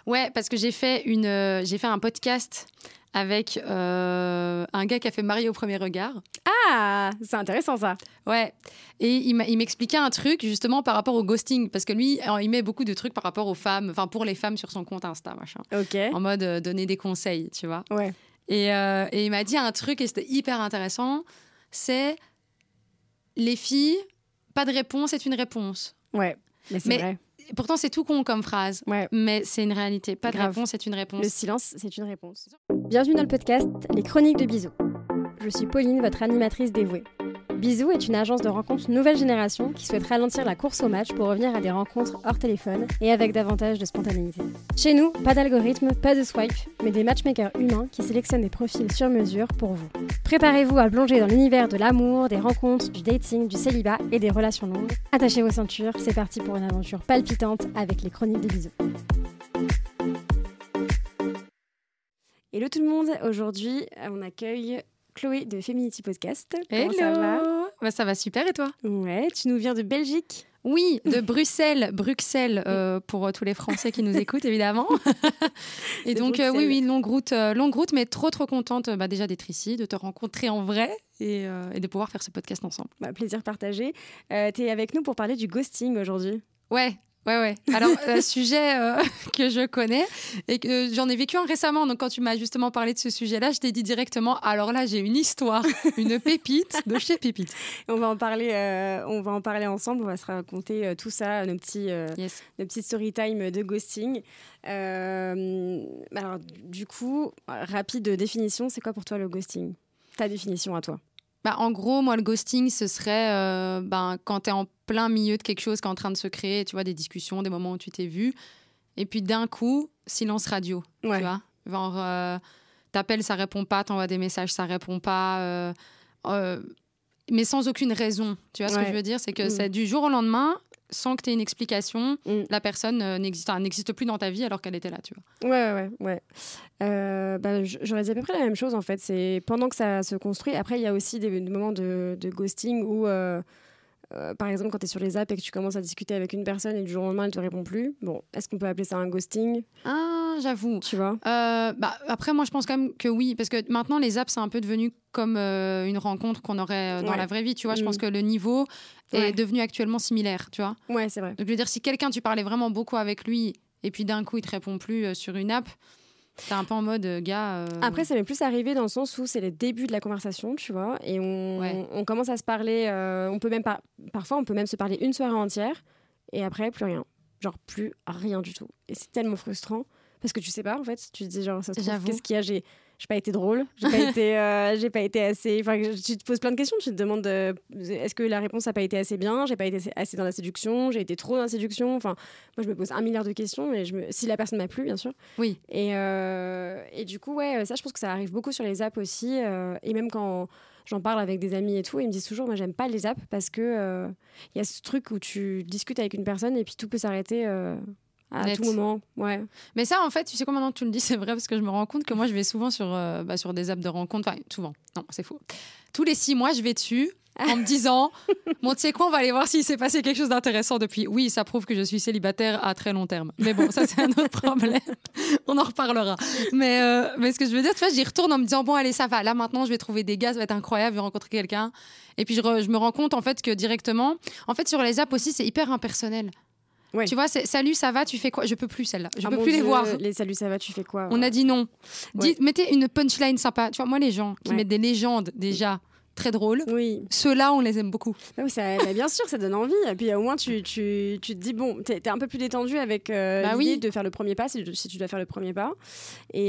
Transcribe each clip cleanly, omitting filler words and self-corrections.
Ouais, parce que j'ai fait un podcast avec un gars qui a fait Marié au premier regard. Ah, c'est intéressant ça. Ouais, et il m'expliquait un truc justement par rapport au ghosting, parce que lui, il met beaucoup de trucs par rapport aux femmes, enfin pour les femmes sur son compte Insta, machin. Ok. En mode donner des conseils, tu vois. Ouais. Et il m'a dit un truc, et c'était hyper intéressant, c'est les filles, pas de réponse, c'est une réponse. Ouais, mais c'est vrai. Pourtant, c'est tout con comme phrase, mais c'est une réalité. Pas de réponse, c'est une réponse. Le silence, c'est une réponse. Bienvenue dans le podcast Les Chroniques de Bisous. Je suis Pauline, votre animatrice dévouée. Bisous est une agence de rencontres nouvelle génération qui souhaite ralentir la course au match pour revenir à des rencontres hors téléphone et avec davantage de spontanéité. Chez nous, pas d'algorithme, pas de swipe, mais des matchmakers humains qui sélectionnent des profils sur mesure pour vous. Préparez-vous à plonger dans l'univers de l'amour, des rencontres, du dating, du célibat et des relations longues. Attachez vos ceintures, c'est parti pour une aventure palpitante avec les Chroniques de Bisous. Hello tout le monde, aujourd'hui on accueille Chloé de Feminity Podcast. Hello. Comment ça va ? Bah, ça va super, et toi ? Ouais, tu nous viens de Belgique ? Oui, de Bruxelles pour tous les Français qui nous écoutent évidemment. Et donc oui, longue route, mais trop contente déjà d'être ici, de te rencontrer en vrai et de pouvoir faire ce podcast ensemble. Plaisir partagé. T'es avec nous pour parler du ghosting aujourd'hui. Ouais. Alors, sujet que je connais et que j'en ai vécu un récemment. Donc, quand tu m'as justement parlé de ce sujet-là, je t'ai dit directement, alors là, j'ai une histoire, une pépite de chez Pépite. On va en parler ensemble. On va se raconter tout ça, nos petits story time de ghosting. Alors, du coup, rapide définition, c'est quoi pour toi le ghosting ? Ta définition à toi ? En gros, moi, le ghosting, ce serait quand tu es en plein milieu de quelque chose qui est en train de se créer, tu vois, des discussions, des moments où tu t'es vu, et puis d'un coup, silence radio, tu vois. Genre, t'appelles, ça répond pas, t'envoies des messages, ça répond pas, mais sans aucune raison. Tu vois ce que je veux dire ? C'est que c'est du jour au lendemain, sans que tu aies une explication, la personne n'existe plus dans ta vie alors qu'elle était là, tu vois. Ouais. J'aurais dit à peu près la même chose, en fait. C'est pendant que ça se construit. Après, il y a aussi des moments de ghosting où, par exemple, quand tu es sur les apps et que tu commences à discuter avec une personne et du jour au lendemain, elle ne te répond plus. Bon, est-ce qu'on peut appeler ça un ghosting ? Ah, j'avoue. Tu vois ? Après, moi, je pense quand même que oui, parce que maintenant, les apps, c'est un peu devenu comme une rencontre qu'on aurait dans la vraie vie, tu vois. Je pense que le niveau est devenu actuellement similaire, tu vois. Ouais, c'est vrai. Donc, je veux dire, si quelqu'un, tu parlais vraiment beaucoup avec lui et puis d'un coup, il te répond plus sur une app, t'es un peu en mode gars. Après, ça m'est plus arrivé dans le sens où c'est le début de la conversation, tu vois, et on commence à se parler. Parfois, on peut même se parler une soirée entière et après, plus rien. Genre, plus rien du tout. Et c'est tellement frustrant parce que tu sais pas, en fait. Tu te dis, genre, ça se trouve, qu'est-ce qu'il y a ? J'ai pas été drôle, j'ai pas été assez. Enfin, tu te poses plein de questions, tu te demandes est-ce que la réponse a pas été assez bien ? J'ai pas été assez dans la séduction, j'ai été trop dans la séduction. Enfin, moi je me pose 1 milliard de questions, et si la personne m'a plu, bien sûr. Oui. Et du coup, ça, je pense que ça arrive beaucoup sur les apps aussi, et même quand j'en parle avec des amis et tout, ils me disent toujours, moi j'aime pas les apps parce que y a ce truc où tu discutes avec une personne et puis tout peut s'arrêter. À tout moment, ouais. Mais ça, en fait, tu sais quoi, maintenant que tu le dis, c'est vrai, parce que je me rends compte que moi, je vais souvent sur des apps de rencontres. Enfin, souvent. Non, c'est faux. Tous les 6 mois, je vais dessus en me disant, bon, tu sais quoi, on va aller voir s'il s'est passé quelque chose d'intéressant depuis. Oui, ça prouve que je suis célibataire à très long terme. Mais bon, ça, c'est un autre problème. On en reparlera. Mais ce que je veux dire, tu vois, j'y retourne en me disant, bon, allez, ça va. Là, maintenant, je vais trouver des gars, ça va être incroyable, je vais rencontrer quelqu'un. Et puis, je me rends compte, en fait, que directement, en fait, sur les apps aussi, c'est hyper impersonnel. Ouais. Tu vois, salut, ça va, tu fais quoi ? Je peux plus celle-là. Je peux plus les voir. Les salut, ça va, tu fais quoi ? On a dit non. Mettez une punchline sympa. Tu vois, moi, les gens qui mettent des légendes déjà très drôles, ceux-là, on les aime beaucoup. Oui, bien sûr, ça donne envie. Et puis au moins, tu te dis, bon, t'es un peu plus détendu avec l'idée de faire le premier pas, si tu dois faire le premier pas. Et,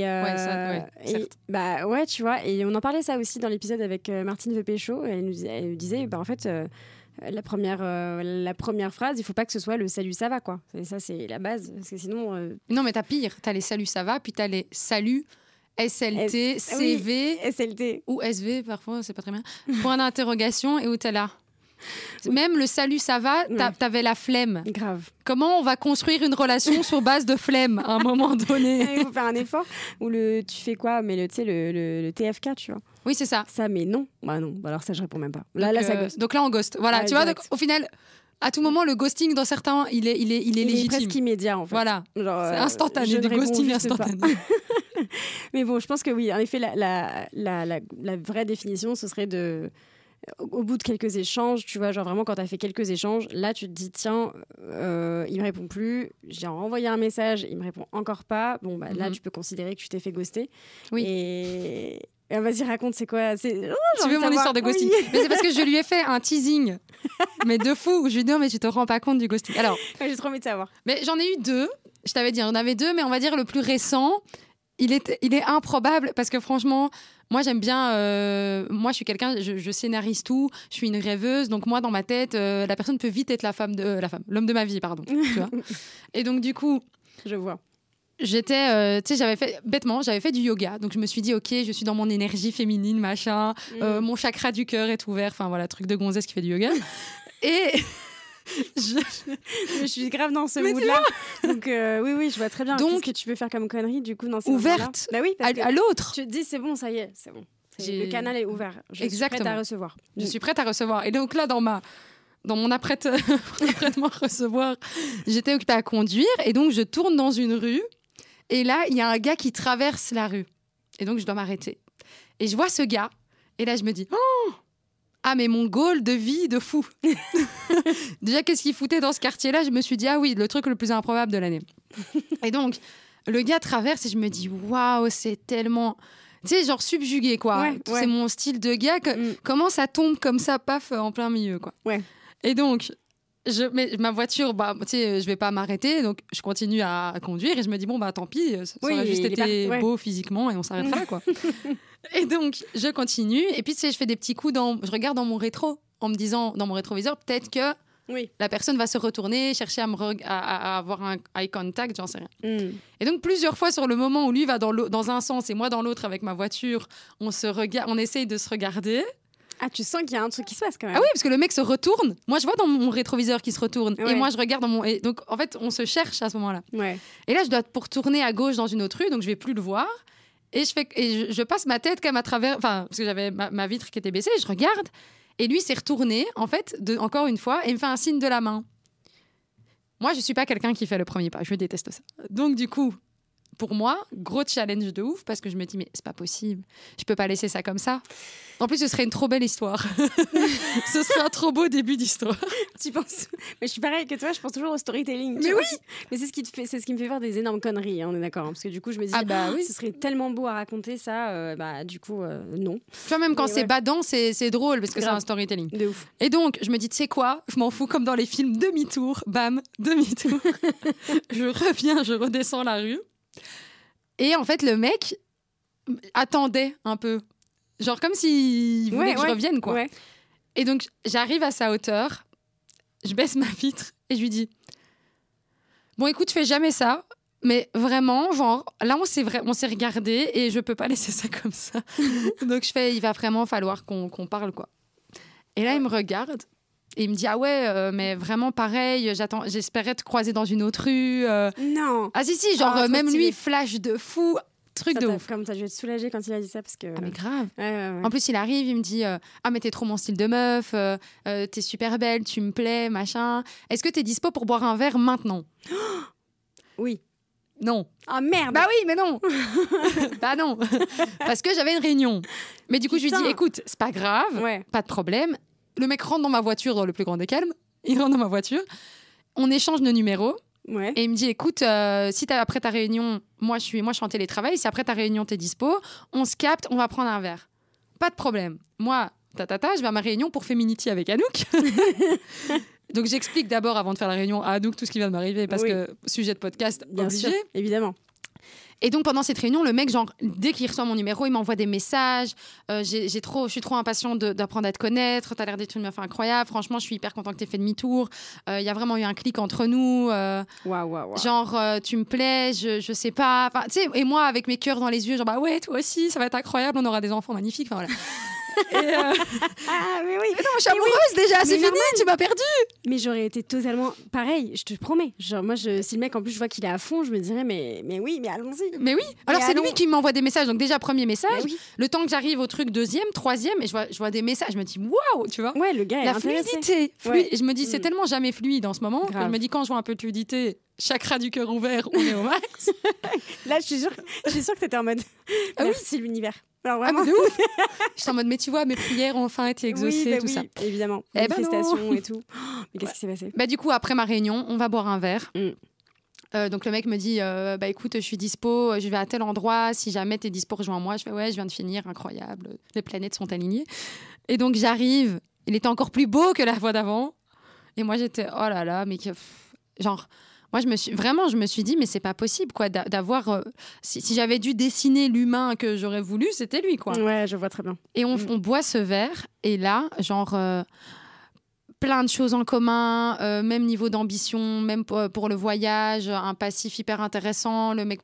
tu vois. Et on en parlait ça aussi dans l'épisode avec Martine de Pécho. Elle nous disait, en fait... la première phrase, il faut pas que ce soit le salut ça va, quoi. Ça, c'est la base, parce que sinon non, mais t'as pire, t'as les salut ça va, puis t'as les salut SLT, CV, SLT ou SV, parfois c'est pas très bien, point d'interrogation, et où t'es là. Même le salut ça va, t'avais la flemme. Grave. Comment on va construire une relation sur base de flemme à un moment donné? Il faut faire un effort. Ou tu fais quoi? Mais le TFK, tu vois. Oui, c'est ça. Ça, mais non. Bah non. Alors ça, je réponds même pas. Là, ça ghost. Donc là, on ghost. Voilà, tu vois, donc, au final, À tout moment, le ghosting, dans certains, il est légitime. Il est presque immédiat, en fait. Voilà. Genre, c'est instantané, du ghosting instantané. Mais bon, je pense que oui, en effet, la vraie définition, ce serait au bout de quelques échanges, tu vois, genre vraiment quand tu as fait quelques échanges, là tu te dis tiens, il me répond plus, j'ai envoyé un message, il me répond encore pas, bon bah là tu peux considérer que tu t'es fait ghoster. Oui. Et vas-y, raconte, c'est quoi? Tu veux mon histoire de ghosting? Oui. Mais c'est parce que je lui ai fait un teasing, mais de fou, où je lui ai dit non mais tu te rends pas compte du ghosting. Alors, j'ai trop envie de savoir. Mais j'en ai eu 2, je t'avais dit, j'en avais 2, mais on va dire le plus récent, il est improbable parce que franchement, moi j'aime bien, moi je suis quelqu'un, je scénarise tout, je suis une rêveuse, donc moi dans ma tête, la personne peut vite être l'homme de ma vie, pardon. Tu vois. Et donc du coup, je vois. J'étais, tu sais, j'avais fait du yoga, donc je me suis dit ok, je suis dans mon énergie féminine, machin, mon chakra du cœur est ouvert, enfin voilà, truc de gonzesse qui fait du yoga. Et je suis grave dans ce mood-là. Donc oui, je vois très bien. Qu'est-ce que tu peux faire comme connerie du coup dans ces ouverte bah oui, à l'autre. Tu te dis c'est bon, ça y est, c'est bon. Le canal est ouvert. Je suis prête à recevoir. Je suis prête à recevoir. Et donc là, dans mon apprêtement à recevoir, j'étais occupée à conduire et donc je tourne dans une rue et là, il y a un gars qui traverse la rue. Et donc je dois m'arrêter. Et je vois ce gars et là, je me dis ah, mais mon goal de vie de fou. Déjà, qu'est-ce qu'il foutait dans ce quartier-là? Je me suis dit, ah oui, le truc le plus improbable de l'année. Et donc, le gars traverse et je me dis, waouh, c'est tellement... Tu sais, genre subjugué, quoi. Ouais. C'est mon style de gars. Comment ça tombe comme ça, paf, en plein milieu, quoi. Ouais. Et donc, ma voiture, bah, tu sais, je vais pas m'arrêter. Donc, je continue à conduire et je me dis, bon, bah, tant pis. Ça aurait juste été beau physiquement et on s'arrêtera là, quoi. Et donc, je continue. Et puis, tu sais, je fais des petits coups je regarde dans mon rétro en me disant, dans mon rétroviseur, peut-être que la personne va se retourner, chercher à avoir un eye contact, j'en sais rien. Et donc, plusieurs fois sur le moment où lui va dans un sens et moi dans l'autre avec ma voiture, on essaye de se regarder. Ah, tu sens qu'il y a un truc qui se passe quand même. Ah oui, parce que le mec se retourne. Moi, je vois dans mon rétroviseur qu'il se retourne. Et moi, je regarde Et donc, en fait, on se cherche à ce moment-là. Ouais. Et là, je dois pour tourner à gauche dans une autre rue, donc je vais plus le voir. Et je passe ma tête quand même à travers... Enfin, parce que j'avais ma vitre qui était baissée, je regarde. Et lui s'est retourné, en fait, encore une fois, et il me fait un signe de la main. Moi, je suis pas quelqu'un qui fait le premier pas. Je déteste ça. Donc, du coup, pour moi, gros challenge de ouf, parce que je me dis, mais c'est pas possible. Je peux pas laisser ça comme ça. En plus, ce serait une trop belle histoire. Ce serait un trop beau début d'histoire. Tu penses? Mais je suis pareil que toi, je pense toujours au storytelling. Mais oui. Mais c'est ce qui me fait faire des énormes conneries, hein, on est d'accord. Hein, parce que du coup, je me dis, ce serait tellement beau à raconter ça. Du coup, non. Tu vois, même quand c'est badant, c'est drôle parce que c'est un storytelling. De ouf. Et donc, je me dis, tu sais quoi? Je m'en fous comme dans les films, demi-tour, bam, demi-tour. Je reviens, je redescends la rue. Et en fait, le mec attendait un peu. Genre comme s'il voulait que je revienne, quoi. Ouais. Et donc, j'arrive à sa hauteur, je baisse ma vitre et je lui dis « Bon, écoute, fais jamais ça, mais vraiment, genre, là, on s'est regardé et je peux pas laisser ça comme ça. » Donc, il va vraiment falloir qu'on parle, quoi. Et là, il me regarde et il me dit « Ah ouais, mais vraiment pareil, j'espérais te croiser dans une autre rue. » Non. Ah si, genre, même lui, flash de fou. Truc de ouf. Comme t'as dû être soulagée quand il a dit ça parce que... Ah mais grave. Ouais. En plus il arrive, il me dit ah mais t'es trop mon style de meuf, t'es super belle, tu me plais, machin. Est-ce que t'es dispo pour boire un verre maintenant? Oui. Non. Ah merde. Bah oui mais non. Bah non. Parce que j'avais une réunion. Mais du coup je lui dis écoute c'est pas grave, pas de problème. Le mec rentre dans ma voiture dans le plus grand des calmes. Il rentre dans ma voiture. On échange nos numéros. Ouais. Et il me dit écoute si après ta réunion moi je suis en télétravail, si après ta réunion t'es dispo, on se capte, on va prendre un verre, pas de problème. Moi je vais à ma réunion pour Feminity avec Anouk. Donc j'explique d'abord avant de faire la réunion à Anouk tout ce qui vient de m'arriver parce que sujet de podcast bien obligé sûr, évidemment. Et donc pendant cette réunion, le mec, genre, dès qu'il reçoit mon numéro, il m'envoie des messages. Je suis trop impatient d'apprendre à te connaître. T'as l'air d'être une meuf incroyable. Franchement, je suis hyper contente que t'aies fait demi-tour. Il y a vraiment eu un clic entre nous. Wow. Genre, tu me plais, je sais pas. Enfin, tu sais, et moi, avec mes cœurs dans les yeux, genre, bah ouais, toi aussi, ça va être incroyable. On aura des enfants magnifiques. Enfin, voilà. Ah, mais oui. Mais non, je suis amoureuse déjà, c'est fini, tu m'as perdu. Mais j'aurais été totalement pareil, je te promets. Genre, moi, si le mec, en plus, je vois qu'il est à fond, je me dirais, mais oui, mais allons-y. Mais oui, alors Mais c'est lui qui m'envoie des messages. Donc déjà, premier message, oui. le temps que j'arrive au truc, deuxième, troisième, et je vois des messages, je me dis, waouh, tu vois. Ouais, le gars est La intéressé. fluidité. Ouais. Et je me dis, c'est tellement jamais fluide en ce moment. Grave. Je me dis, quand je vois un peu de fluidité, chakra du cœur ouvert, on est au max. Là, je suis sûre que t'étais en mode merci l'univers. Alors Ah, vraiment. mais de ouf. J'étais en mode, mais tu vois, mes prières ont enfin été exaucées, oui, tout ça. Évidemment. Eh ben Manifestation et tout. Mais qu'est-ce qui s'est passé? Bah, du coup, après ma réunion, on va boire un verre. Donc le mec me dit bah écoute, je suis dispo, je vais à tel endroit, si jamais t'es dispo, rejoins-moi. Je fais ouais, je viens de finir, incroyable, les planètes sont alignées. Et donc j'arrive, il était encore plus beau que la fois d'avant. Et moi j'étais oh là là, mais genre moi je me suis dit mais c'est pas possible quoi d'avoir si j'avais dû dessiner l'humain que j'aurais voulu, c'était lui quoi. Ouais, je vois très bien. Et on boit ce verre et là genre plein de choses en commun, même niveau d'ambition, même pour le voyage, un passif hyper intéressant, le mec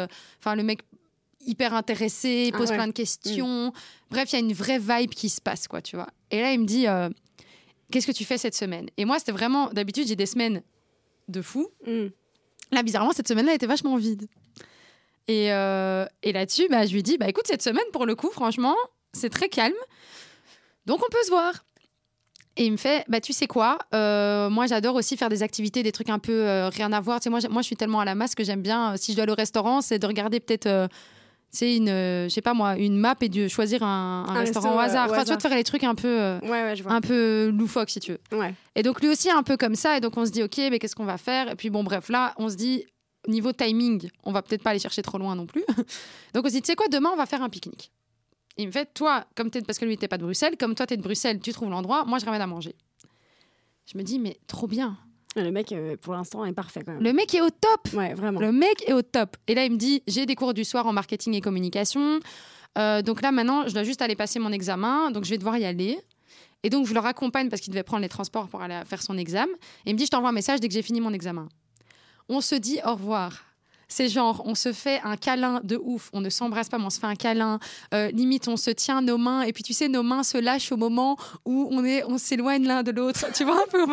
hyper intéressé, pose plein de questions. Bref, il y a une vraie vibe qui se passe, quoi, tu vois. Et là, il me dit, qu'est-ce que tu fais cette semaine? Et moi, c'était vraiment, d'habitude, j'ai des semaines de fou. Là, bizarrement, cette semaine-là était vachement vide. Et là-dessus, bah, je lui dis, bah, écoute, cette semaine, pour le coup, franchement, c'est très calme. Donc, on peut se voir. Et il me fait, bah tu sais quoi, moi j'adore aussi faire des activités, des trucs un peu rien à voir. Tu sais, moi je suis tellement à la masse que j'aime bien, si je dois aller au restaurant, c'est de regarder peut-être, je sais pas moi, une map et de choisir un restaurant au hasard. Enfin, tu vois, de faire les trucs un peu, je vois. un peu loufoques si tu veux. Ouais. Et donc lui aussi un peu comme ça. Et donc on se dit, ok, mais qu'est-ce qu'on va faire? Et puis bon, bref, là on se dit, niveau timing, on va peut-être pas aller chercher trop loin non plus. Donc on se dit, tu sais quoi, demain on va faire un pique-nique. Il me fait, toi, parce que lui n'était pas de Bruxelles, comme toi t'es de Bruxelles, tu trouves l'endroit, moi je ramène à manger. Je me dis, mais trop bien. Le mec, pour l'instant, est parfait quand même. Le mec est au top. Ouais, vraiment. Le mec est au top. Et là, il me dit, j'ai des cours du soir en marketing et communication. Donc là, maintenant, je dois juste aller passer mon examen. Donc je vais devoir y aller. Et donc, je le raccompagne parce qu'il devait prendre les transports pour aller faire son examen. Et il me dit, je t'envoie un message dès que j'ai fini mon examen. On se dit au revoir. C'est genre, on se fait un câlin de ouf. On ne s'embrasse pas, mais on se fait un câlin. Limite, on se tient nos mains. Et puis, tu sais, nos mains se lâchent au moment où on s'éloigne l'un de l'autre. Tu vois un peu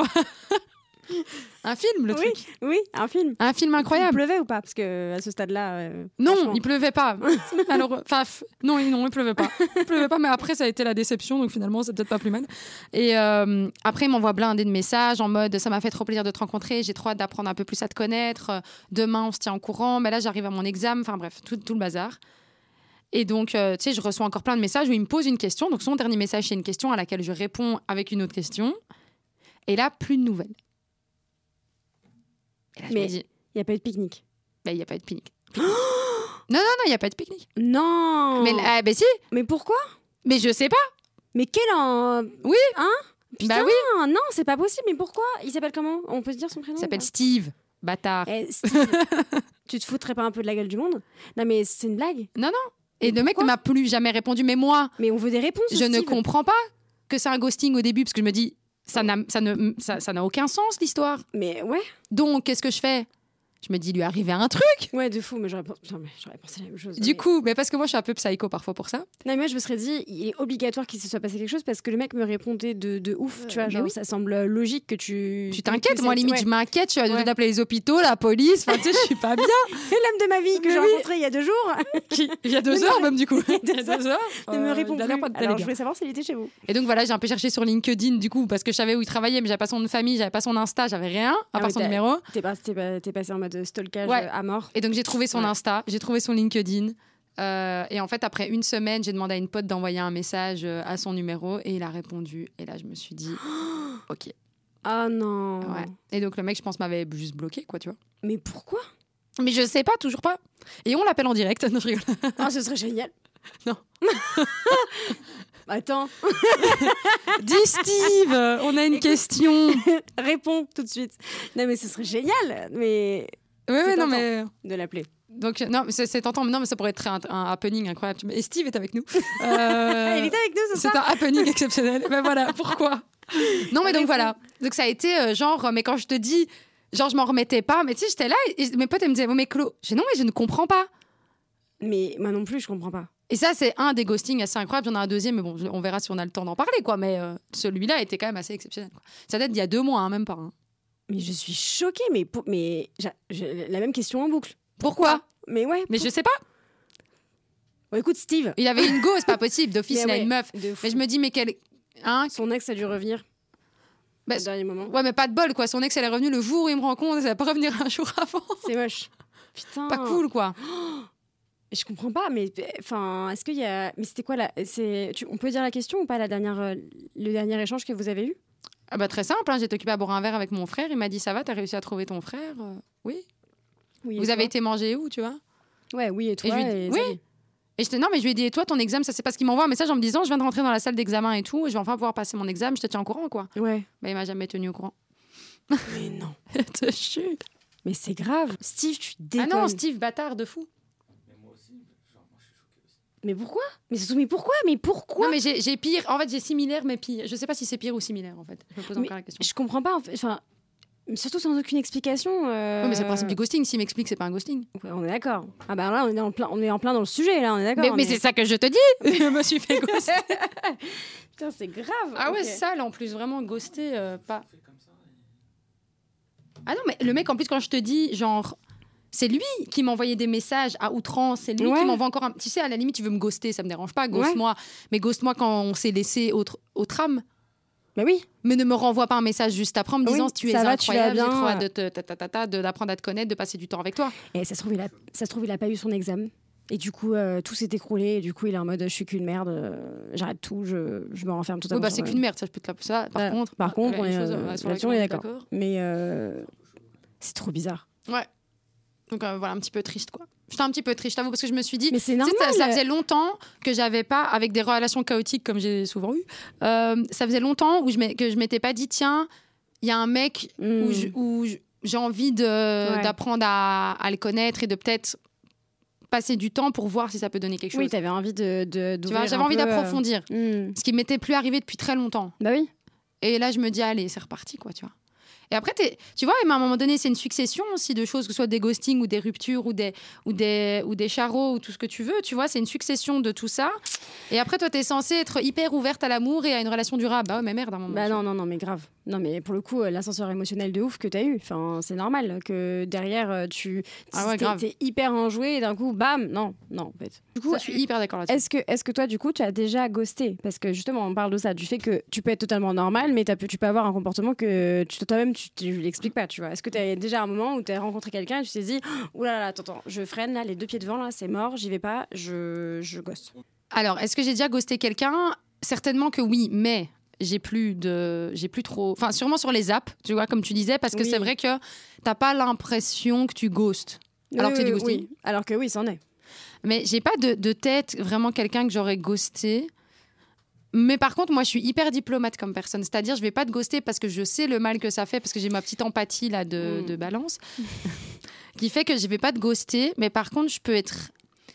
un film, le truc. Oui, un film. Un film incroyable. Il pleuvait ou pas? Parce que à ce stade-là. Non, il pleuvait pas. Alors, non, il pleuvait pas. Il pleuvait pas, mais après, ça a été la déception. Donc finalement, c'est peut-être pas plus mal. Et après, il m'envoie blindé de messages en mode ça m'a fait trop plaisir de te rencontrer. J'ai trop hâte d'apprendre un peu plus à te connaître. Demain, on se tient au courant. Mais là, j'arrive à mon examen. Enfin bref, tout le bazar. Et donc, tu sais, je reçois encore plein de messages où il me pose une question. Donc, son dernier message, c'est une question à laquelle je réponds avec une autre question. Et là, plus de nouvelles. Et là, mais il n'y a pas eu de pique-nique. Il n'y a pas eu de pique-nique. Non, il n'y a pas eu de pique-nique. Non. Mais si. Mais pourquoi? Mais je sais pas. Mais quel en... Oui. Hein? Putain, bah oui. Non, c'est pas possible. Mais pourquoi? Il s'appelle comment? On peut se dire son prénom? Il s'appelle Steve. Bâtard. Steve, tu te foutrais pas un peu de la gueule du monde? Non, mais c'est une blague. Non. Et le mec ne m'a plus jamais répondu. Mais moi... Mais on veut des réponses, je ne comprends pas que c'est un ghosting au début, parce que je me dis... Ça n'a aucun sens, l'histoire. Mais ouais. Donc, qu'est-ce que je fais? Je me dis, lui arriver un truc. Ouais, de fou, mais j'aurais pensé la même chose. Du coup, mais parce que moi, je suis un peu psycho parfois pour ça. Non, mais moi, je me serais dit, il est obligatoire qu'il se soit passé quelque chose parce que le mec me répondait de ouf, tu vois. Genre, ça semble logique que tu. Tu t'inquiètes, moi, limite, je m'inquiète. Je suis obligée d'appeler les hôpitaux, la police. Enfin, tu sais, je suis pas bien. L'homme de ma vie que j'ai rencontré il y a 2 jours. Il y a 2 heures, même, du coup. Il y a 2 heures. Ne me répond plus. Alors, je voulais savoir s'il était chez vous. Et donc, voilà, j'ai un peu cherché sur LinkedIn, du coup, parce que je savais où il travaillait, mais j'avais pas son nom de famille, j'avais pas son Insta, j'avais rien, à part son numéro. T'es passé en mode stalkage. À mort. Et donc j'ai trouvé son Insta, j'ai trouvé son LinkedIn. Et en fait, après 1 semaine, j'ai demandé à une pote d'envoyer un message à son numéro et il a répondu. Et là, je me suis dit, ok. Ah non. Ouais. Et donc le mec, je pense, m'avait juste bloqué, quoi, tu vois. Mais pourquoi? Mais je sais pas, toujours pas. Et on l'appelle en direct. Non, je rigole. Ah, ce serait génial. Non. Attends. Dis Steve, on a une question. Réponds tout de suite. Non, mais ce serait génial. Mais. Ouais, non, mais. De l'appeler. Donc, non, mais c'est tentant, mais non, mais ça pourrait être un happening incroyable. Et Steve est avec nous. Il est avec nous, c'est un happening exceptionnel. Ben voilà, pourquoi? Non, mais donc voilà. Donc ça a été genre, mais quand je te dis, genre, je m'en remettais pas, mais tu sais, j'étais là et mes potes, elles me disaient, oh, mais Chlo, mais je ne comprends pas. Mais moi non plus, je comprends pas. Et ça, c'est un des ghostings assez incroyables. J'en ai un deuxième, mais bon, on verra si on a le temps d'en parler, quoi. Mais celui-là était quand même assez exceptionnel, quoi. Ça date d'il y a 2 mois, hein, même pas. Hein. Mais je suis choquée, mais j'ai la même question en boucle. Pourquoi? Mais ouais. Mais je sais pas. Bon, écoute, Steve. Il avait une go, c'est pas possible. D'office, il a une meuf. Mais je me dis, mais quel. Hein? Son ex a dû revenir. Au dernier moment. Ouais, mais pas de bol, quoi. Son ex, elle est revenue le jour où il me rencontre, elle va pas revenir un jour avant. C'est moche. Putain. Pas cool, quoi. Je comprends pas, mais enfin, est-ce qu'il y a. Mais c'était quoi là on peut dire la question ou pas, le dernier échange que vous avez eu? Ah bah, très simple, hein. J'étais occupée à boire un verre avec mon frère. Il m'a dit, ça va, t'as réussi à trouver ton frère? Oui. Vous avez été manger où, tu vois? Ouais, oui, et toi? Oui. Et non, mais je lui ai dit, et toi, ton examen, ça c'est parce qu'il m'envoie un message en me disant, je viens de rentrer dans la salle d'examen et tout, je vais enfin pouvoir passer mon examen, je te tiens au courant, quoi. Ouais. Bah, il m'a jamais tenu au courant. Mais non. Je te jure. Mais c'est grave. Steve, tu déconnes. Ah non, Steve, bâtard de fou. Mais moi aussi, moi je suis choquée aussi. Mais pourquoi? Mais pourquoi? Non, mais j'ai pire. En fait, j'ai similaire, mais pire. Je sais pas si c'est pire ou similaire, en fait. Je me pose encore la question. Je comprends pas, en fait. Enfin, surtout sans aucune explication. Oui, mais c'est le principe du ghosting. S'il m'explique, c'est pas un ghosting. Ouais, on est d'accord. Ah bah là, on est en plein dans le sujet, là, on est d'accord. Mais c'est ça que je te dis. Je me suis fait ghoster. Putain, c'est grave. Ah ouais, Ok. sale en plus, vraiment ghosté. Pas. Ah non, mais le mec, en plus, quand je te dis, genre. C'est lui qui m'envoyait des messages à outrance. C'est lui qui m'envoie encore un. Tu sais, à la limite, tu veux me ghoster, ça me dérange pas. Ghost-moi. Mais ghost-moi quand on s'est laissé au tram. Mais oui. Mais ne me renvoie pas un message juste après en me disant tu es ça va, incroyable, tu vas j'ai trop bien. hâte d'apprendre à te connaître, de passer du temps avec toi. Et ça se trouve, il a pas eu son examen. Et du coup, tout s'est écroulé. Et du coup, il est en mode, je suis qu'une merde, j'arrête tout, je me renferme totalement. Oui, bah, c'est qu'une merde, ça, je peux te la ça. Par contre, on est là-dessus, on est d'accord. Mais c'est trop bizarre. Ouais. Donc voilà, un petit peu triste, quoi. J'étais un petit peu triste, je t'avoue, parce que je me suis dit... Mais c'est normal. Ça faisait longtemps que j'avais pas, avec des relations chaotiques comme j'ai souvent eu, ça faisait longtemps que je m'étais pas dit, tiens, il y a un mec où j'ai envie d'apprendre à le connaître et de peut-être passer du temps pour voir si ça peut donner quelque chose. Oui, t'avais envie tu vois, j'avais envie d'approfondir. Ce qui m'était plus arrivé depuis très longtemps. Bah oui. Et là, je me dis, allez, c'est reparti, quoi, tu vois. Et après, tu vois, à un moment donné, c'est une succession aussi de choses, que ce soit des ghostings ou des ruptures ou des charros ou tout ce que tu veux. Tu vois, c'est une succession de tout ça. Et après, toi, t'es censée être hyper ouverte à l'amour et à une relation durable. Bah ouais, mais merde, à un moment. Bah non, mais grave. Non, mais pour le coup, l'ascenseur émotionnel de ouf que t'as eu, enfin, c'est normal que derrière, t'es hyper enjoué et d'un coup, bam, non, en fait. Du coup, je suis hyper d'accord là-dessus. Est-ce que toi, du coup, tu as déjà ghosté? Parce que justement, on parle de ça, du fait que tu peux être totalement normal, mais tu peux avoir un comportement que toi-même, tu l'expliques pas, tu vois. Est-ce que tu as déjà un moment où tu as rencontré quelqu'un et tu t'es dit, ouh là là, attends, je freine, là, les 2 pieds devant, là, c'est mort, j'y vais pas, je ghoste? Alors, est-ce que j'ai déjà ghosté quelqu'un? Certainement que oui, mais j'ai plus trop. Enfin, sûrement sur les apps, tu vois, comme tu disais, parce que c'est vrai que t'as pas l'impression que tu ghostes. Alors que c'est du ghosting. Oui. Alors que oui, c'en est. Mais j'ai pas de tête vraiment quelqu'un que j'aurais ghosté. Mais par contre, moi, je suis hyper diplomate comme personne. C'est-à-dire, je vais pas te ghoster parce que je sais le mal que ça fait, parce que j'ai ma petite empathie là de balance, qui fait que je vais pas te ghoster. Mais par contre, je peux être.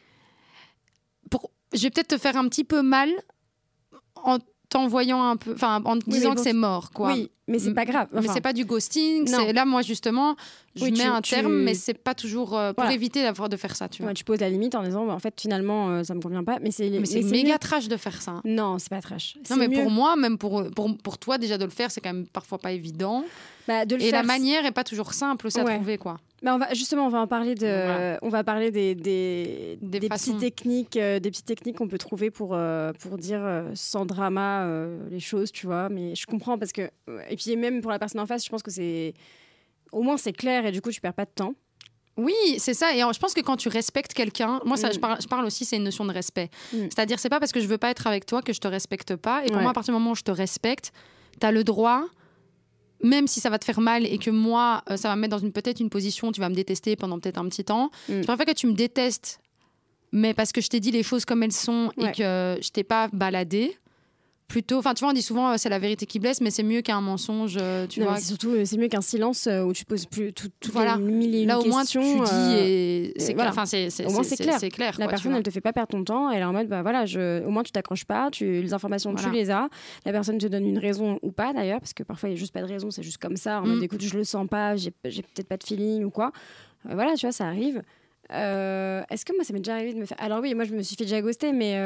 Je vais peut-être te faire un petit peu mal en t'envoyant un peu, enfin, en te disant que c'est mort, quoi. Oui, mais c'est pas grave. Mais c'est pas du ghosting. Là, moi, justement, je mets un terme, mais c'est pas toujours pour éviter de faire ça, tu vois. Tu poses la limite en disant, en fait, finalement, ça me convient pas. Mais c'est méga trash de faire ça. Non, c'est pas trash. Non, mais pour moi, même pour toi, déjà de le faire, c'est quand même parfois pas évident. Et la manière est pas toujours simple aussi à trouver, quoi. Bah on va en parler on va parler des petites techniques qu'on peut trouver pour dire sans drama les choses, tu vois. Mais je comprends parce que et puis même pour la personne en face, je pense que au moins c'est clair et du coup tu perds pas de temps. Oui, c'est ça. Et je pense que quand tu respectes quelqu'un, moi, ça, je parle aussi, c'est une notion de respect. C'est-à-dire, c'est pas parce que je veux pas être avec toi que je te respecte pas. Et pour moi, à partir du moment où je te respecte, t'as le droit. Même si ça va te faire mal et que moi, ça va me mettre dans peut-être une position où tu vas me détester pendant peut-être un petit temps, je préfère que tu me détestes, mais parce que je t'ai dit les choses comme elles sont et que je t'ai pas baladé. Plutôt, enfin, tu vois, on dit souvent c'est la vérité qui blesse, mais c'est mieux qu'un mensonge, tu vois. C'est mieux qu'un silence où tu poses plus toutes les mille et une là, au moins, questions. Tu dis et c'est clair. Enfin, au moins, c'est clair. C'est clair. La personne, elle te fait pas perdre ton temps. Elle est en mode, bah voilà, au moins tu t'accroches pas. Les informations, tu les as. La personne te donne une raison ou pas d'ailleurs, parce que parfois il y a juste pas de raison, c'est juste comme ça. En mode, écoute, je le sens pas, j'ai peut-être pas de feeling ou quoi. Voilà, tu vois, ça arrive. Est-ce que moi, ça m'est déjà arrivé de me faire... Alors oui, moi, je me suis fait déjà ghoster, mais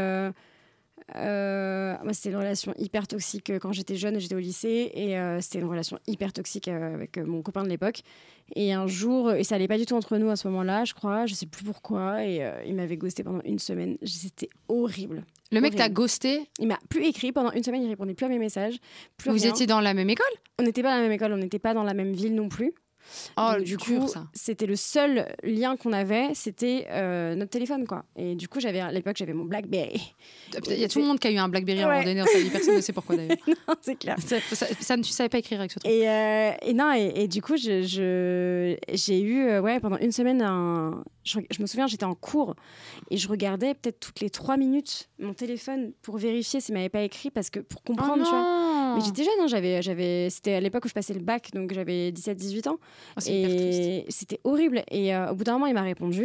moi, c'était une relation hyper toxique quand j'étais jeune, j'étais au lycée, et c'était une relation hyper toxique avec mon copain de l'époque. Et un jour, et ça allait pas du tout entre nous à ce moment-là, je crois, je sais plus pourquoi, et il m'avait ghosté pendant une semaine. C'était horrible. Le mec Horrible. t'a ghosté? Il m'a plus écrit pendant une semaine, il répondait plus à mes messages. Plus Vous rien. étiez dans la même école? On n'était pas dans la même école, on n'était pas dans la même ville non plus. Oh, Donc, du dur, coup, ça. c'était le seul lien qu'on avait, c'était notre téléphone, quoi. Et du coup, à l'époque, j'avais mon BlackBerry. Il y a tout le monde qui a eu un BlackBerry à un moment Ouais. donné dans sa vie. Personne ne sait pourquoi d'ailleurs. Non, c'est clair. Tu savais pas écrire avec ce truc. Et du coup, j'ai eu, pendant une semaine, je me souviens, j'étais en cours et je regardais peut-être toutes les 3 minutes mon téléphone pour vérifier s'il m'avait pas écrit, parce que pour comprendre, tu vois. Mais j'étais jeune, hein, c'était à l'époque où je passais le bac, donc j'avais 17-18 ans. Oh, c'est hyper triste. Et c'était horrible. Et au bout d'un moment, il m'a répondu.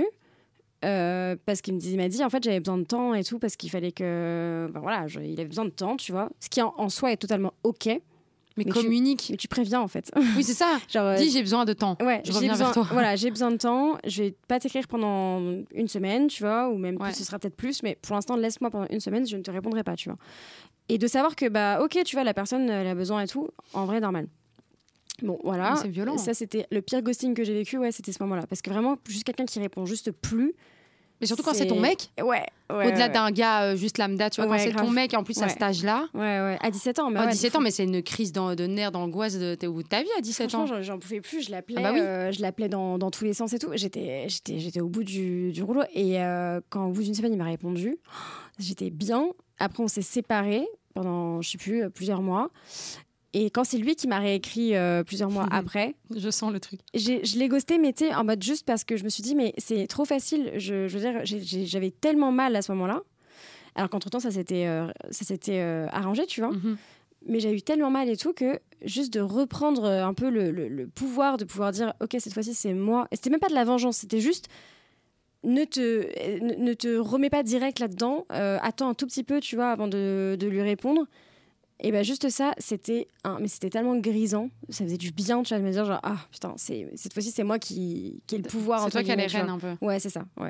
Parce qu'il m'a dit en fait j'avais besoin de temps et tout, parce qu'il fallait que il avait besoin de temps, tu vois, ce qui en soi est totalement ok, Mais mais communique. mais tu préviens en fait. Oui, c'est ça. Genre Dis, j'ai besoin de temps. ouais, Je reviens vers toi. Voilà, j'ai besoin de temps, je vais pas t'écrire pendant une semaine, tu vois, ou même Ouais. plus, ce sera peut-être plus, mais pour l'instant laisse-moi pendant une semaine, je ne te répondrai pas, tu vois. Et de savoir que bah ok, tu vois, la personne elle a besoin et tout, en vrai normal. Bon, voilà. Mais c'est violent. Ça, c'était le pire ghosting que j'ai vécu, ouais, c'était ce moment-là. Parce que vraiment, juste quelqu'un qui répond juste plus. Mais surtout quand c'est ton mec. Ouais. Au-delà d'un gars juste lambda, tu vois, Ouais, quand c'est grave. ton mec, en plus à Ouais. cet âge-là. Ouais. À 17 ans, mais À ouais, 17 ans, mais c'est une crise de nerfs, d'angoisse de ta vie à 17 ans. franchement, j'en pouvais plus. Je l'appelais, Ah bah oui. je l'appelais dans tous les sens et tout. J'étais au bout du rouleau. Et quand au bout d'une semaine, il m'a répondu, j'étais bien. Après, on s'est séparés pendant, je sais plus, plusieurs mois. Et quand c'est lui qui m'a réécrit plusieurs mois après, Je sens le truc. je l'ai ghosté, mais tu sais, en mode juste parce que je me suis dit, mais c'est trop facile. Je veux dire, j'avais tellement mal à ce moment-là. Alors qu'entre-temps, ça s'était arrangé, tu vois. Mhm. Mais j'ai eu tellement mal et tout que juste de reprendre un peu le pouvoir, de pouvoir dire, ok, cette fois-ci, c'est moi. Et c'était même pas de la vengeance, c'était juste, ne te remets pas direct là-dedans. Attends un tout petit peu, tu vois, avant de lui répondre. Et bien juste ça, mais c'était tellement grisant, ça faisait du bien, tu vois, de me dire genre, ah putain, cette fois-ci c'est moi qui ai le pouvoir. C'est entre toi qui as les guillemets, tu rênes vois. un peu. Ouais, c'est ça, ouais.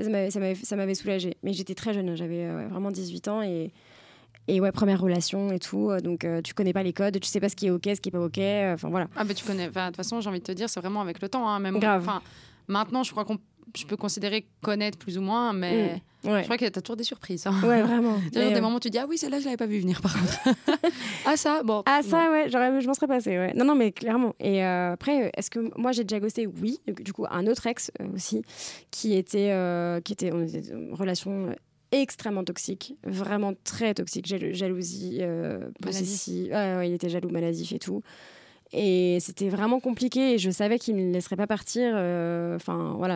Ça m'avait soulagée. Mais j'étais très jeune, j'avais vraiment 18 ans et ouais, première relation et tout, donc tu connais pas les codes, tu sais pas ce qui est ok, ce qui est pas ok, enfin voilà. Ah bah tu connais. Enfin, de toute façon, j'ai envie de te dire, c'est vraiment avec le temps. Hein, même. Grave. Enfin, maintenant, je crois je peux considérer connaître plus ou moins, mais Ouais, je crois que t'as toujours des surprises. Hein. ouais, vraiment. Il y a Mais, des moments où tu dis ah oui, celle-là je l'avais pas vu venir par contre. Ah ça, bon. Ah non. ça ouais, je m'en serais passée, ouais. Non mais clairement. Et après, est-ce que moi j'ai déjà ghosté? Oui. Du coup un autre ex aussi on était dans une relation extrêmement toxique, vraiment très toxique, jalousie, possessive. Ouais, il était jaloux, maladif et tout. Et c'était vraiment compliqué et je savais qu'il ne me laisserait pas partir. Enfin voilà,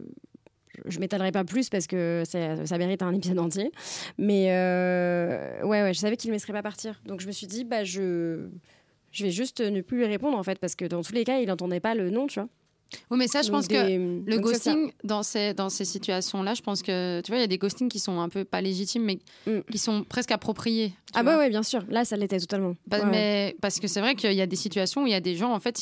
je m'étalerai pas plus parce que ça mérite un épisode entier. Mais ouais, je savais qu'il ne me laisserait pas partir. Donc je me suis dit, bah, je vais juste ne plus lui répondre en fait, parce que dans tous les cas, il n'entendait pas le non, tu vois. Oui, mais ça, je Donc pense que le donc ça, ghosting, dans ces situations-là, je pense que, tu vois, il y a des ghostings qui sont un peu pas légitimes, mais qui sont presque appropriés. tu Ah vois. bah ouais, bien sûr. Là, ça l'était totalement. Ouais. Mais parce que c'est vrai qu'il y a des situations où il y a des gens, en fait, si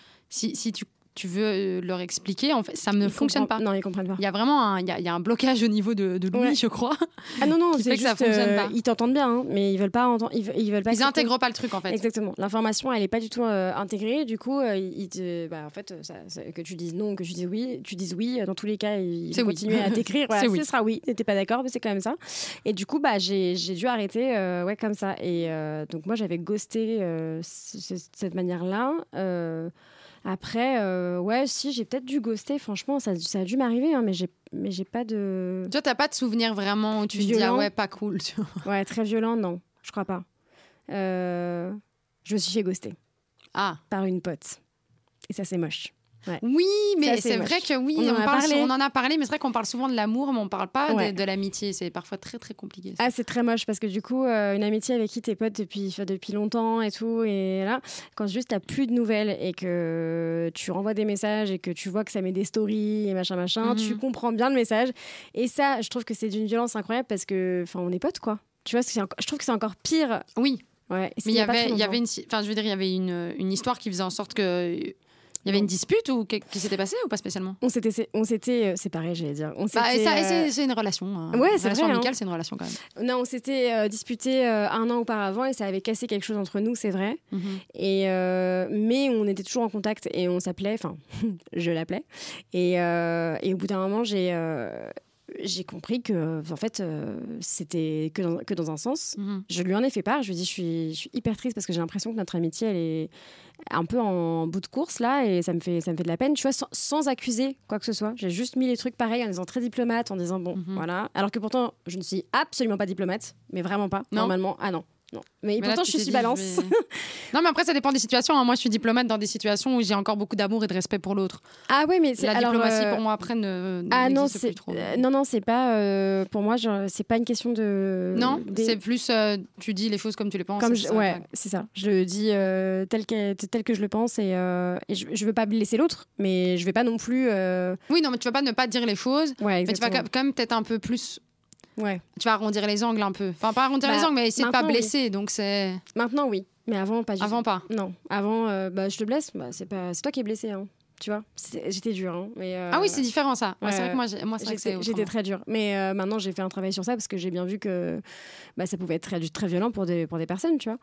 tu veux leur expliquer, en fait, ça ne fonctionne pas. Non, ils comprennent pas. Il y a vraiment il y a un blocage au niveau de l'ouïe, Ouais. je crois. Ah non, qui c'est fait que ça juste, fonctionne pas. ils t'entendent bien, hein, mais ils veulent pas entendre. Ils veulent pas. Ils accepter. intègrent pas le truc, en fait. Exactement. L'information, elle est pas du tout intégrée. Du coup, en fait, que tu dises non, que tu dises oui. Dans tous les cas, ils C'est vont oui. continuer à t'écrire. Voilà, C'est oui. ce sera oui. T'étais pas d'accord, mais c'est quand même ça. Et du coup, bah, j'ai dû arrêter, ouais, comme ça. Et donc moi, j'avais ghosté cette manière-là. Après, ouais, si j'ai peut-être dû ghoster. Franchement, ça a dû m'arriver, hein, mais j'ai pas de. Toi, t'as pas de souvenir vraiment où tu te dis Violent. ah ouais, pas cool. Tu vois. Ouais, très violent, non, je crois pas. Je me suis fait ghoster Ah. par une pote. Et ça, c'est moche. Oui, mais Ça, c'est moche. vrai que oui, On en en a parlé, mais c'est vrai qu'on parle souvent de l'amour, mais on parle pas Ouais. de l'amitié. C'est parfois très très compliqué. Ah, c'est très moche parce que du coup, une amitié avec qui t'es pote depuis longtemps et tout, et là, quand juste t'as plus de nouvelles et que tu renvoies des messages et que tu vois que ça met des stories et machin, tu comprends bien le message. Et ça, je trouve que c'est d'une violence incroyable parce que, enfin, on est potes, quoi. Tu vois, je trouve que c'est encore pire. Oui, Ouais. mais il y avait une histoire qui faisait en sorte que Il y avait une dispute ou qui s'était passé ou pas spécialement? On s'était séparés, j'allais dire. C'est une relation. Ouais, une c'est relation vrai, amicale, c'est une relation quand même. Non, on s'était disputé 1 an auparavant et ça avait cassé quelque chose entre nous, c'est vrai. Et mais on était toujours en contact et on s'appelait, enfin, je l'appelais. Et au bout d'un moment, j'ai compris que en fait c'était que dans un sens. Je lui en ai fait part, je lui ai dit je suis hyper triste parce que j'ai l'impression que notre amitié elle est un peu en bout de course là et ça me fait de la peine, tu vois, sans accuser quoi que ce soit. J'ai juste mis les trucs pareils en disant très diplomate, en disant bon voilà, alors que pourtant je ne suis absolument pas diplomate, mais vraiment pas. Non. Normalement non. Mais pourtant, là, je suis balance. Non, mais après, ça dépend des situations. Moi, je suis diplomate dans des situations où j'ai encore beaucoup d'amour et de respect pour l'autre. Ah oui, mais la diplomatie, pour moi, après, n'existe plus trop. Non, c'est pas... pour moi, c'est pas une question de... Non, c'est plus... tu dis les choses comme tu les penses. Ouais, c'est ça. Je le dis tel que je le pense et je veux pas blesser l'autre, mais je vais pas non plus... Oui, non, mais tu vas pas ne pas dire les choses, ouais, mais tu vas quand même peut-être un peu plus... Ouais. Tu vas arrondir les angles un peu. Enfin, pas arrondir les angles, mais essayer de pas blesser. Oui. Donc c'est... Maintenant, oui. Mais avant, pas du tout. Avant, pas. Non. Avant, je te blesse. C'est toi qui es blessé. Hein. Tu vois, j'étais dure. Hein. Mais, ah oui, c'est différent ça. Ouais, c'est vrai que moi, c'est vrai que c'est j'étais très dure. Mais maintenant, j'ai fait un travail sur ça parce que j'ai bien vu que ça pouvait être très, très violent pour des personnes, tu vois.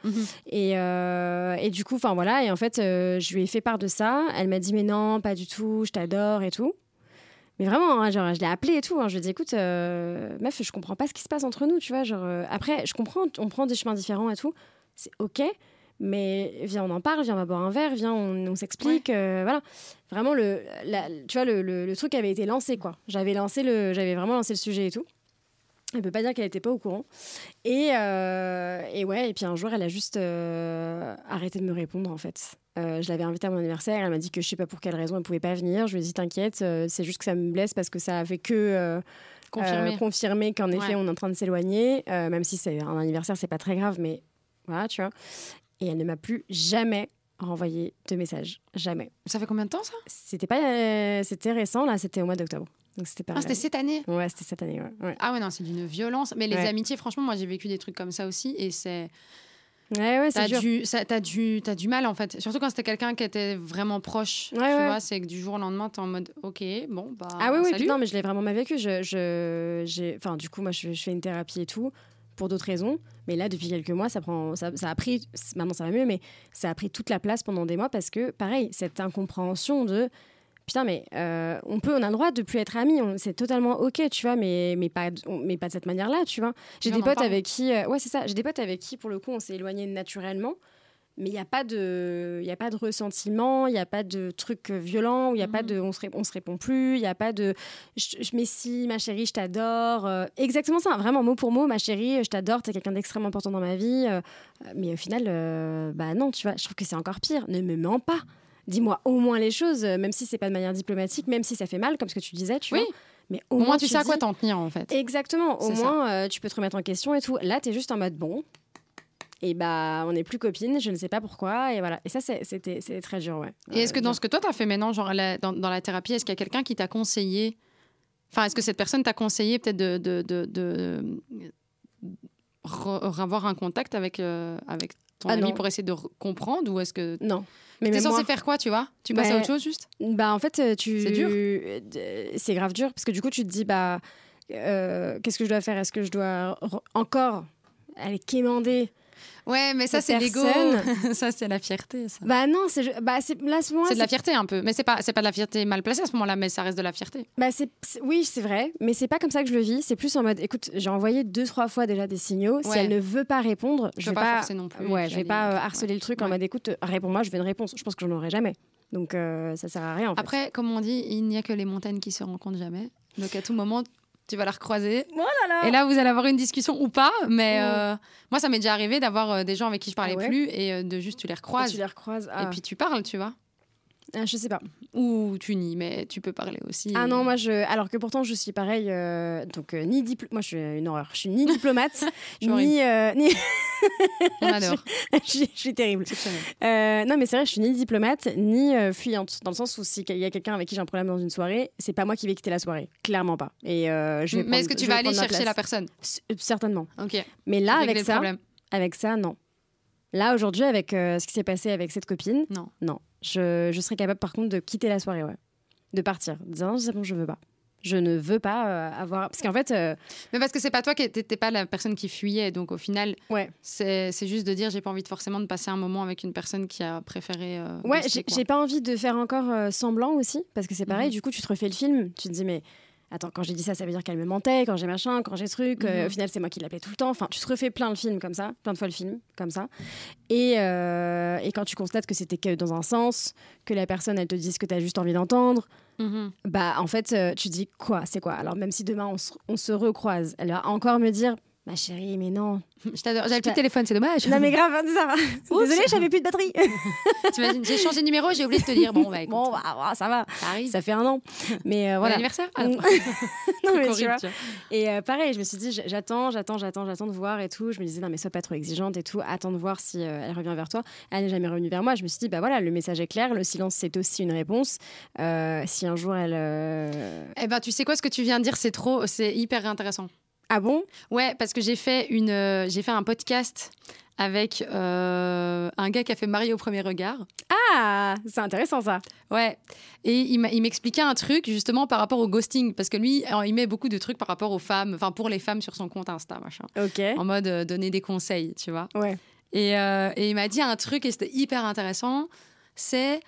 Et du coup, enfin voilà. Et en fait, je lui ai fait part de ça. Elle m'a dit, mais non, pas du tout, je t'adore et tout. Mais vraiment, hein, genre, je l'ai appelée et tout. Hein. Je lui ai dit, écoute, meuf, je comprends pas ce qui se passe entre nous, tu vois. Genre, après, je comprends, on prend des chemins différents et tout. C'est OK, mais viens, on en parle, viens, on va boire un verre, viens, on s'explique. Ouais. Voilà. Vraiment, tu vois, le truc avait été lancé, quoi. J'avais vraiment lancé le sujet et tout. Elle peut pas dire qu'elle était pas au courant. Et ouais, et puis un jour, elle a juste arrêté de me répondre, en fait. Je l'avais invitée à mon anniversaire, elle m'a dit que je sais pas pour quelle raison elle pouvait pas venir. Je lui ai dit t'inquiète, c'est juste que ça me blesse parce que ça a fait que confirmer qu'en effet on est en train de s'éloigner, même si c'est un anniversaire, c'est pas très grave, mais voilà, tu vois. Et elle ne m'a plus jamais renvoyé de message, jamais. Ça fait combien de temps ça? C'était récent là, c'était au mois d'octobre. Donc c'était cette année? Ouais, c'était cette année, ouais. Ah ouais, non, c'est d'une violence. Mais les amitiés, franchement, moi j'ai vécu des trucs comme ça aussi et c'est... Ouais, c'est dur. T'as du mal en fait. Surtout quand c'était quelqu'un qui était vraiment proche. Tu vois, c'est que du jour au lendemain, t'es en mode ok, bon, bah. Ah oui, salut. Non, mais je l'ai vraiment mal vécu. Enfin, du coup, moi, je fais une thérapie et tout pour d'autres raisons. Mais là, depuis quelques mois, ça a pris. Maintenant, ça va mieux, mais ça a pris toute la place pendant des mois parce que, pareil, cette incompréhension de. Putain, mais on a le droit de plus être amis, c'est totalement ok, tu vois, mais pas de cette manière-là, tu vois. J'ai des potes avec qui, ouais, c'est ça. J'ai des potes avec qui, pour le coup, on s'est éloigné naturellement, mais il y a pas de ressentiment, il y a pas de truc violent, il y a pas de, on se répond plus, il y a pas de, mais si, ma chérie, je t'adore, exactement ça, vraiment mot pour mot, ma chérie, je t'adore, t'es quelqu'un d'extrêmement important dans ma vie, mais au final, bah non, tu vois, je trouve que c'est encore pire. Ne me mens pas. Dis-moi au moins les choses, même si c'est pas de manière diplomatique, même si ça fait mal, comme ce que tu disais, tu vois. Mais au moins tu sais à quoi t'en tenir, en fait. Exactement. Au moins, tu peux te remettre en question et tout. Là, t'es juste en mode bon. Et bah, on n'est plus copines, je ne sais pas pourquoi. Et voilà. Et ça, c'est très dur, ouais. Et est-ce que dans ce que toi, t'as fait maintenant, genre dans la thérapie, est-ce qu'il y a quelqu'un qui t'a conseillé... Enfin, est-ce que cette personne t'a conseillé peut-être de avoir un contact avec ton ami pour essayer de comprendre, ou est-ce que... Non. Mais t'es censé faire quoi, tu vois? Tu passes à autre chose, juste? Bah, en fait, c'est dur. C'est grave dur, parce que du coup, tu te dis, bah, qu'est-ce que je dois faire? Est-ce que je dois encore aller quémander? Ouais, mais ça, c'est l'ego. Ça, c'est la fierté, ça. Bah non, c'est de la fierté, un peu. Mais c'est pas de la fierté mal placée à ce moment-là, mais ça reste de la fierté. Bah oui, c'est vrai, mais c'est pas comme ça que je le vis. C'est plus en mode, écoute, j'ai envoyé 2-3 fois déjà des signaux. Ouais. Si elle ne veut pas répondre, je vais pas forcer non plus. Ouais, je vais pas harceler le truc en mode, écoute, réponds-moi, je veux une réponse. Je pense que j'en aurai jamais. Donc ça sert à rien, en fait. Après, comme on dit, il n'y a que les montagnes qui se rencontrent jamais. Donc à tout moment, tu vas la recroiser. Oh là là. Et là, vous allez avoir une discussion ou pas. Mais moi, ça m'est déjà arrivé d'avoir des gens avec qui je parlais plus et de juste tu les recroises. Et tu les recroises. Et puis tu parles, tu vois. Je sais pas. Ou tu nies, mais tu peux parler aussi. Ah non, moi alors que pourtant je suis pareil, donc moi je suis une horreur. Je suis ni diplomate, ni. On adore. Je suis terrible. Non mais c'est vrai, je suis ni diplomate ni fuyante, dans le sens où s'il y a quelqu'un avec qui j'ai un problème dans une soirée, c'est pas moi qui vais quitter la soirée, clairement pas. Et mais est-ce que tu vas aller chercher la personne? Certainement. Ok. Mais là avec ça, non. Là aujourd'hui avec ce qui s'est passé avec cette copine, non. Je serais capable, par contre, de quitter la soirée, ouais. De partir. De dire, non, c'est bon, je veux pas. Je ne veux pas avoir... Parce qu'en fait... Mais parce que c'est pas toi qui... T'étais pas la personne qui fuyait. Donc, au final, ouais. c'est juste de dire, j'ai pas envie forcément de passer un moment avec une personne qui a préféré... ouais, ghoster, j'ai pas envie de faire encore semblant aussi. Parce que c'est pareil, du coup, tu te refais le film. Tu te dis, mais... Attends, quand j'ai dit ça, ça veut dire qu'elle me mentait, quand j'ai machin, quand j'ai truc. Au final, c'est moi qui l'appelais tout le temps. Enfin, tu te refais plein de films comme ça, plein de fois le film comme ça. Et quand tu constates que c'était que dans un sens, que la personne, elle te dit ce que tu as juste envie d'entendre, bah en fait, tu dis quoi, c'est quoi. Alors même si demain on se recroise, elle va encore me dire, ma chérie, mais non. Je t'adore. J'avais plus de téléphone, c'est dommage. Non mais grave, ça va. Désolée, j'avais plus de batterie. T'imagines, j'ai changé de numéro, j'ai oublié de te dire. Bon, bah écoute. Bon, bah, ça va. Ça arrive. Ça fait 1 an. Mais voilà. Bon anniversaire. Non mais horrible, tu vois. Et pareil, je me suis dit, j'attends de voir et tout. Je me disais, non mais sois pas trop exigeante et tout. Attends de voir si elle revient vers toi. Elle n'est jamais revenue vers moi. Je me suis dit, bah voilà, le message est clair. Le silence, c'est aussi une réponse. Si un jour elle... Eh ben, tu sais quoi, ce que tu viens de dire, c'est hyper intéressant. Ah bon? Ouais, parce que j'ai fait un podcast avec un gars qui a fait Marié au premier regard. Ah, c'est intéressant ça. Ouais. Et il m'expliquait un truc justement par rapport au ghosting, parce que lui, alors, il met beaucoup de trucs par rapport aux femmes, enfin pour les femmes sur son compte Insta, machin. Ok. En mode donner des conseils, tu vois. Ouais. Et il m'a dit un truc et c'était hyper intéressant, c'est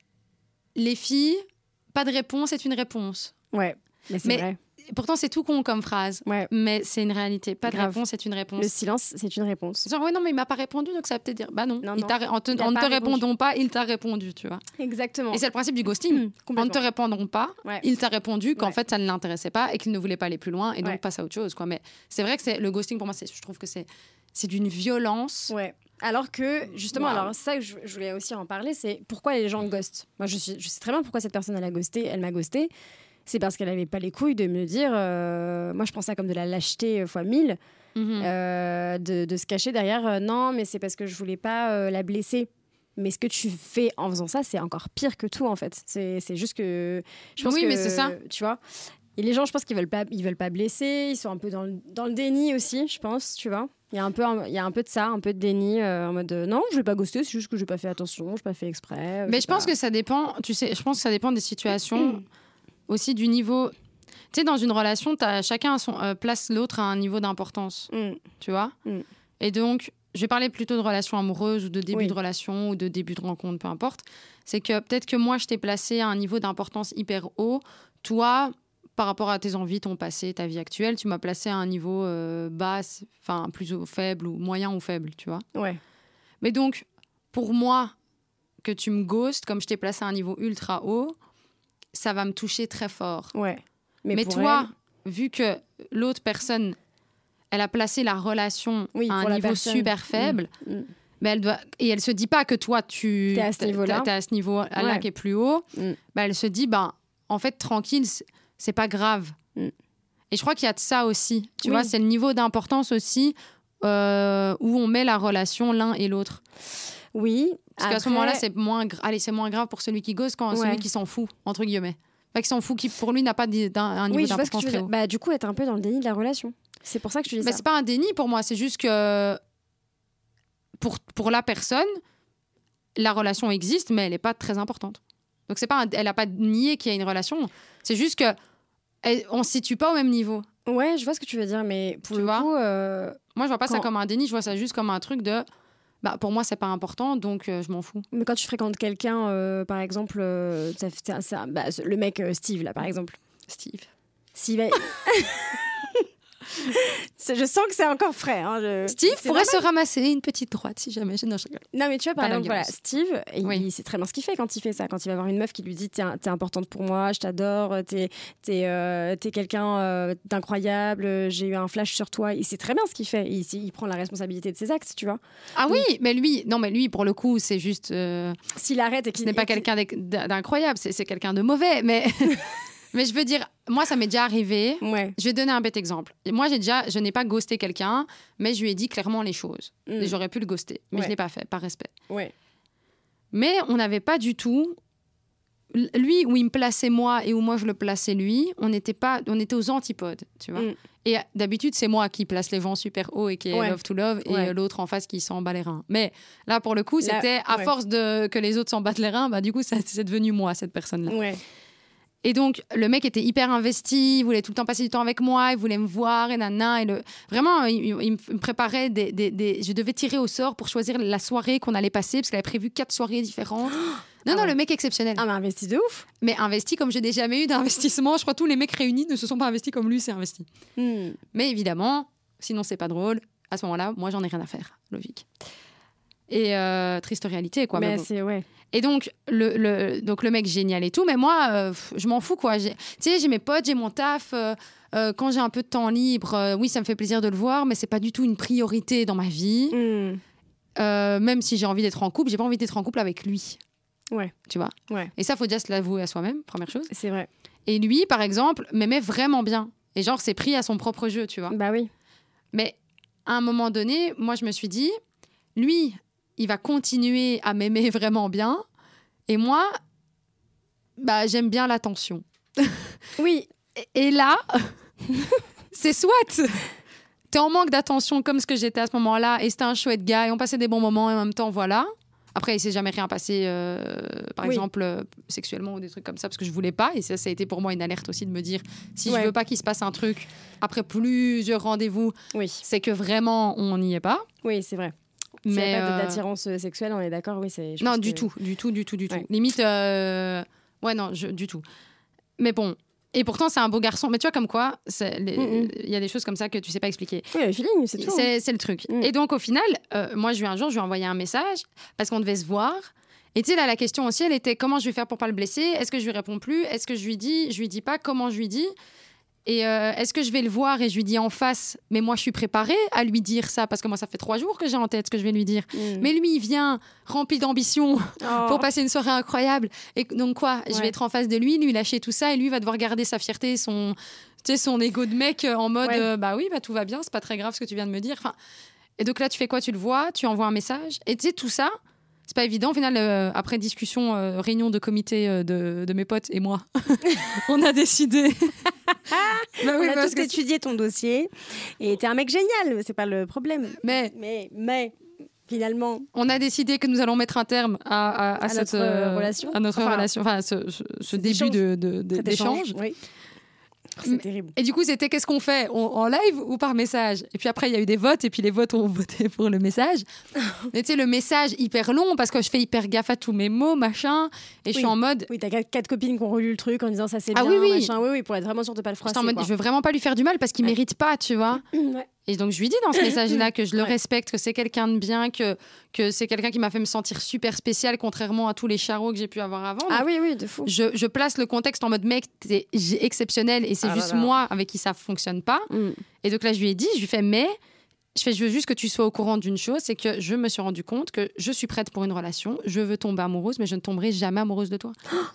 les filles, pas de réponse est une réponse. Ouais, mais c'est vrai. Pourtant, c'est tout con comme phrase, mais c'est une réalité. Pas de réponse, c'est une réponse. Le silence, c'est une réponse. Genre, ouais, non, mais il m'a pas répondu, donc ça va peut-être dire, bah non, en ne te répondant pas, il t'a répondu, tu vois. Exactement. Et c'est le principe du ghosting. En ne te répondant pas, il t'a répondu qu'en fait, ça ne l'intéressait pas et qu'il ne voulait pas aller plus loin et donc passe à autre chose, quoi. Mais c'est vrai que le ghosting, pour moi, je trouve que c'est d'une violence. Ouais. Alors que, justement, alors ça, je voulais aussi en parler, c'est pourquoi les gens ghostent. Moi, je sais très bien pourquoi cette personne, elle m'a ghosté. C'est parce qu'elle n'avait pas les couilles de me dire... moi, je prends ça comme de la lâcheté fois 1000, de se cacher derrière. Non, mais c'est parce que je voulais pas la blesser. Mais ce que tu fais en faisant ça, c'est encore pire que tout, en fait. C'est juste que... Je pense que, mais c'est ça. Tu vois. Et les gens, je pense qu'ils veulent pas blesser. Ils sont un peu dans le déni aussi, je pense, tu vois. Il y a un peu de ça, un peu de déni, en mode non, je vais pas ghoster, c'est juste que j'ai pas fait attention, j'ai pas fait exprès. Mais je pense que ça dépend, tu sais, je pense que ça dépend des situations, aussi du niveau. Tu sais, dans une relation, chacun place l'autre à un niveau d'importance, tu vois. Et donc, je vais parler plutôt de relation amoureuse ou de début de relation ou de début de rencontre, peu importe. C'est que peut-être que moi, je t'ai placé à un niveau d'importance hyper haut. Toi, par rapport à tes envies, ton passé, ta vie actuelle, tu m'as placé à un niveau bas, enfin plus faible ou moyen ou faible, tu vois. Ouais. Mais donc, pour moi, que tu me ghostes, comme je t'ai placé à un niveau ultra haut, ça va me toucher très fort. Ouais. Mais toi, vu que l'autre personne, elle a placé la relation à un niveau super faible, mais elle se dit pas que toi, t'es à ce niveau-là qui est plus haut. Bah, elle se dit, en fait, tranquille, c'est pas grave. Et je crois qu'il y a de ça aussi. Tu vois, c'est le niveau d'importance aussi où on met la relation l'un et l'autre. Oui. Parce qu'à ce moment-là, c'est moins grave pour celui qui ghost qu'en celui qui s'en fout, entre guillemets. Pas qui s'en fout, qui pour lui n'a pas un niveau d'importance très haut. Bah, du coup, être un peu dans le déni de la relation. C'est pour ça que je dis ça. C'est pas un déni pour moi, c'est juste que pour la personne, la relation existe, mais elle n'est pas très importante. Donc elle n'a pas nié qu'il y a une relation. C'est juste que on se situe pas au même niveau. Ouais, je vois ce que tu veux dire, mais pour le coup... Moi, je vois pas ça comme un déni, je vois ça juste comme un truc de... pour moi, c'est pas important, donc je m'en fous. Mais quand tu fréquentes quelqu'un, par exemple, le mec Steve, là, par exemple. Steve. Je sens que c'est encore frais. Hein, Steve pourrait se ramasser une petite droite si jamais. Non, mais tu vois, par exemple, Steve, il sait très bien ce qu'il fait quand il fait ça. Quand il va voir une meuf qui lui dit t'es importante pour moi, je t'adore, t'es quelqu'un d'incroyable, j'ai eu un flash sur toi. Il sait très bien ce qu'il fait. Il prend la responsabilité de ses actes, tu vois. Ah oui, mais lui, pour le coup, c'est juste. S'il arrête et qu'il ce n'est pas quelqu'un d'incroyable, c'est quelqu'un de mauvais, mais. Mais je veux dire, moi, ça m'est déjà arrivé. Ouais. Je vais donner un bête exemple. Moi, je n'ai pas ghosté quelqu'un, mais je lui ai dit clairement les choses. Et j'aurais pu le ghoster, mais je ne l'ai pas fait, par respect. Ouais. Mais on n'avait pas du tout lui, où il me plaçait moi et où moi je le plaçais lui, on était aux antipodes, tu vois. Et d'habitude, c'est moi qui place les gens super haut et qui est love to love, et l'autre en face qui s'en bat les reins. Mais là, pour le coup, c'était à force que les autres s'en battent les reins, bah, du coup, c'est devenu moi, cette personne-là. Ouais. Et donc, le mec était hyper investi, il voulait tout le temps passer du temps avec moi, il voulait me voir, et nana. Vraiment, il me préparait je devais tirer au sort pour choisir la soirée qu'on allait passer, parce qu'il avait prévu 4 soirées différentes. Non, le mec exceptionnel. Ah, mais investi de ouf. Mais investi comme je n'ai jamais eu d'investissement. Je crois que tous les mecs réunis ne se sont pas investis comme lui s'est investi. Mais évidemment, sinon c'est pas drôle. À ce moment-là, moi, j'en ai rien à faire. Logique. Et triste réalité, quoi. Mais bon. c'est, ouais. Et donc le mec génial et tout, mais moi, je m'en fous, quoi. Tu sais, j'ai mes potes, j'ai mon taf. Quand j'ai un peu de temps libre, oui, ça me fait plaisir de le voir, mais c'est pas du tout une priorité dans ma vie. Même si j'ai envie d'être en couple, j'ai pas envie d'être en couple avec lui. Ouais. Tu vois. Ouais. Et ça, faut déjà se l'avouer à soi-même, première chose. C'est vrai. Et lui, par exemple, m'aimait vraiment bien. Et genre, c'est pris à son propre jeu, tu vois. Bah oui. Mais à un moment donné, moi, je me suis dit, lui, il va continuer à m'aimer vraiment bien. Et moi, bah, j'aime bien l'attention. Oui. Et là, c'est soit t'es en manque d'attention comme ce que j'étais à ce moment-là, et c'était un chouette gars, et on passait des bons moments, et en même temps, voilà. Après, il s'est jamais rien passé, par exemple, sexuellement ou des trucs comme ça, parce que je voulais pas. Et ça a été pour moi une alerte aussi de me dire, si je veux pas qu'il se passe un truc après plusieurs rendez-vous, c'est que vraiment, on n'y est pas. Oui, c'est vrai. S'il n'y a pas d'attirance sexuelle, on est d'accord, oui. Non, du tout. Limite, non, du tout. Mais bon, et pourtant, c'est un beau garçon. Mais tu vois, comme quoi, il y a des choses comme ça que tu sais pas expliquer. Oui, le feeling, c'est tout. C'est le truc. Et donc, au final, moi, je lui ai envoyé un message parce qu'on devait se voir. Et tu sais, là, la question aussi, elle était comment je vais faire pour pas le blesser? Est-ce que je lui réponds plus? Est-ce que je lui dis pas? Comment je lui dis? Et est-ce que je vais le voir et je lui dis en face, mais moi je suis préparée à lui dire ça parce que moi ça fait 3 jours que j'ai en tête ce que je vais lui dire. Mais lui il vient rempli d'ambition pour passer une soirée incroyable. Et donc quoi, je vais être en face de lui lâcher tout ça et lui va devoir garder sa fierté, son ego de mec en mode bah oui, bah tout va bien, c'est pas très grave ce que tu viens de me dire. Enfin, et donc là tu fais quoi? Tu le vois, tu envoies un message et tu sais tout ça. C'est pas évident. Au final, après discussion, réunion de comité de mes potes et moi, on a décidé. On a tous étudié ton dossier et t'es un mec génial, c'est pas le problème. Mais finalement, on a décidé que nous allons mettre un terme à cette relation, enfin ce début d'échange. Oui. C'est terrible. Et du coup, c'était qu'est-ce qu'on fait en live ou par message? Et puis après, il y a eu des votes et puis les votes ont voté pour le message. Mais tu sais, le message hyper long parce que je fais hyper gaffe à tous mes mots, machin. Et je suis en mode. Oui, t'as 4 copines qui ont relu le truc en disant ça c'est bien, machin. Oui, pour être vraiment sûre de pas le froisser. Je veux vraiment pas lui faire du mal parce qu'il mérite pas, tu vois. Et donc, je lui dis dans ce message-là que je le respecte, que c'est quelqu'un de bien, que c'est quelqu'un qui m'a fait me sentir super spécial, contrairement à tous les charros que j'ai pu avoir avant. Donc, oui, de fou. Je place le contexte en mode mec, t'es exceptionnel et c'est juste moi avec qui ça fonctionne pas. Et donc là, je lui ai dit, je veux juste que tu sois au courant d'une chose, c'est que je me suis rendu compte que je suis prête pour une relation, je veux tomber amoureuse, mais je ne tomberai jamais amoureuse de toi.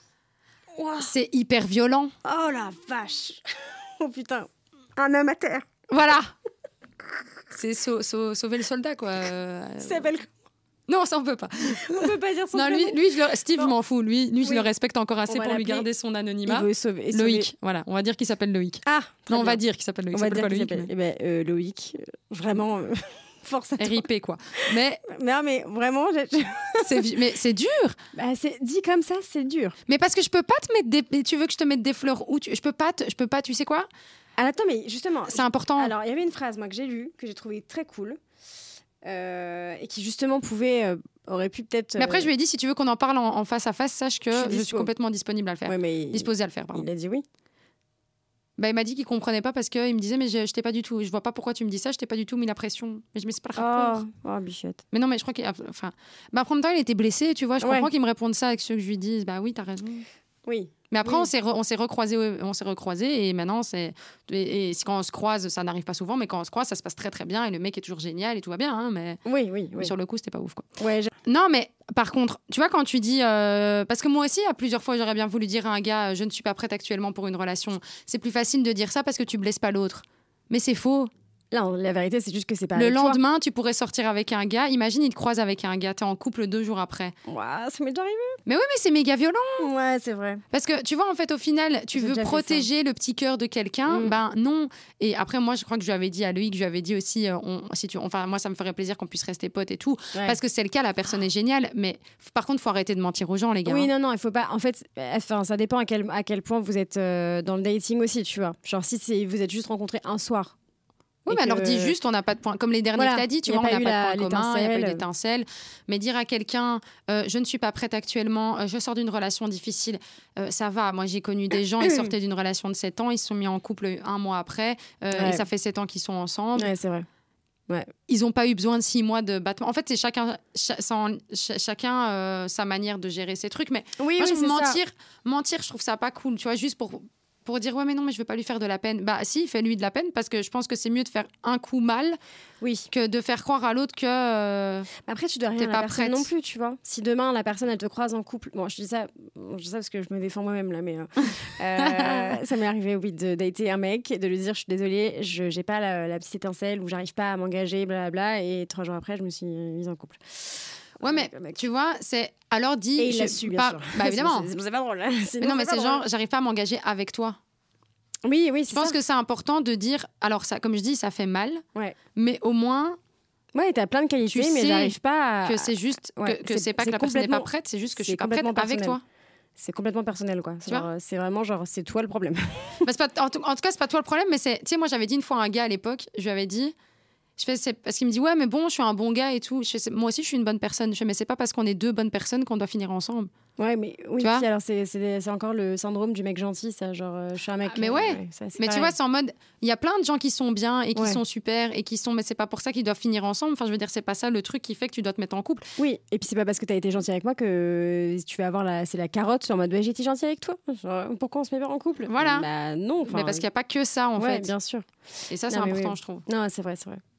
C'est hyper violent. Oh la vache. Oh putain. Un homme à terre. Voilà. C'est sauver le soldat, quoi. Ça s'appelle non, ça on peut pas. On peut pas dire son non, prénom. Steve, je m'en fous. Lui, je le respecte encore assez pour lui garder son anonymat. Il veut sauver. Loïc, voilà. On va dire qu'il s'appelle Loïc. Ah, non, on va dire qu'il s'appelle Loïc. On va dire pas Loïc. Eh ben, Loïc, vraiment, force à toi. RIP, quoi. Mais non, mais vraiment, mais c'est dur. Bah, c'est dit comme ça, c'est dur. Mais parce que je peux pas te mettre tu veux que je te mette des fleurs où je peux pas. Tu sais quoi? Ah, attends, mais justement, c'est important. Alors, il y avait une phrase moi que j'ai lue que j'ai trouvée très cool. Et qui justement aurait pu peut-être. Mais après, je lui ai dit si tu veux qu'on en parle en face à face, sache que je suis complètement disponible à le faire. Disposée à le faire, pardon. Il a dit oui. Bah, il m'a dit qu'il comprenait pas parce qu'il me disait mais je t'ai pas du tout. Je vois pas pourquoi tu me dis ça. Je t'ai pas du tout mis la pression. Mais je me suis pas le rapport. Oh, bichette. Mais non, mais je crois qu'il. Enfin, bah, en même temps, il était blessé, tu vois. Je comprends qu'il me réponde ça avec ceux que je lui dise. Bah oui, t'as raison. Oui. Mais après, on s'est recroisés et maintenant, et quand on se croise, ça n'arrive pas souvent, mais quand on se croise, ça se passe très très bien et le mec est toujours génial et tout va bien. Hein, mais sur le coup, c'était pas ouf, quoi. Ouais, non, mais par contre, tu vois, quand tu dis... parce que moi aussi, à plusieurs fois, j'aurais bien voulu dire à un gars, je ne suis pas prête actuellement pour une relation. C'est plus facile de dire ça parce que tu blesses pas l'autre. Mais c'est faux. Là, la vérité, c'est juste que c'est pas Le avec toi. lendemain, tu pourrais sortir avec un gars. Imagine, il te croise avec un gars. T'es en couple 2 jours après. Ouah, ça m'est déjà arrivé. Mais oui, mais c'est méga violent. Ouais, c'est vrai. Parce que tu vois, en fait, au final, tu J'ai veux déjà fait protéger le petit cœur de quelqu'un. Ben non. Et après, moi, je crois que je lui avais dit à Loïc, je lui avais dit aussi, enfin, moi, ça me ferait plaisir qu'on puisse rester potes et tout. Ouais. Parce que c'est le cas, la personne est géniale. Mais par contre, il faut arrêter de mentir aux gens, les gars. Oui, non, il faut pas. En fait, ça dépend à quel point vous êtes dans le dating aussi, tu vois. Genre, si vous êtes juste rencontrés un soir. Oui, mais alors dis juste, on n'a pas de point. Comme les derniers que tu as dit, tu vois, on n'a pas de point commun, il n'y a pas eu d'étincelle. Mais dire à quelqu'un, je ne suis pas prête actuellement, je sors d'une relation difficile, ça va. Moi, j'ai connu des gens, ils sortaient d'une relation de 7 ans, ils se sont mis en couple 1 mois après, et ça fait 7 ans qu'ils sont ensemble. Ouais, c'est vrai. Ouais. Ils n'ont pas eu besoin de 6 mois de battement. En fait, c'est chacun sa manière de gérer ses trucs. Mais oui, moi, oui, mentir, je trouve ça pas cool. Tu vois, juste pour dire ouais mais non mais je veux pas lui faire de la peine. Bah si, fais-lui de la peine parce que je pense que c'est mieux de faire un coup mal que de faire croire à l'autre que après tu dois rien à la personne non plus, tu vois. Si demain la personne elle te croise en couple, bon je dis ça parce que je me défends moi-même là, mais ça m'est arrivé de dater un mec et de lui dire je suis désolée, j'ai pas la petite étincelle ou j'arrive pas à m'engager blablabla, et 3 jours après je me suis mise en couple. Ouais, mais tu vois, c'est alors dit. Et il l'a su, bien sûr. Bah évidemment. C'est pas drôle. Mais non, mais c'est genre, j'arrive pas à m'engager avec toi. Oui, je pense que c'est important de dire. Alors, ça, comme je dis, ça fait mal. Ouais. Mais au moins. Ouais, t'as plein de qualités, mais j'arrive pas à. Que c'est juste. Que c'est pas que la personne n'est pas prête, c'est juste que je suis pas prête avec toi. C'est complètement personnel, quoi. C'est vraiment genre, c'est toi le problème. Bah, en tout cas, c'est pas toi le problème, mais c'est. Tu sais, moi, j'avais dit une fois à un gars à l'époque, je lui avais dit. Parce qu'il me dit ouais mais bon je suis un bon gars et tout, moi aussi je suis une bonne personne, mais c'est pas parce qu'on est 2 bonnes personnes qu'on doit finir ensemble. Ouais mais oui, alors c'est encore le syndrome du mec gentil, ça, genre je suis un mec. Mais mais tu vois, c'est en mode il y a plein de gens qui sont bien et qui sont super et qui sont, mais c'est pas pour ça qu'ils doivent finir ensemble. Enfin je veux dire, c'est pas ça le truc qui fait que tu dois te mettre en couple. Oui, et puis c'est pas parce que t'as été gentil avec moi que tu vas avoir c'est la carotte en mode j'ai été gentil avec toi, genre, pourquoi on se met pas en couple? Voilà. Bah non, mais parce qu'il y a pas que ça en fait. Bien sûr. Et ça c'est important, je trouve. Non, c'est vrai.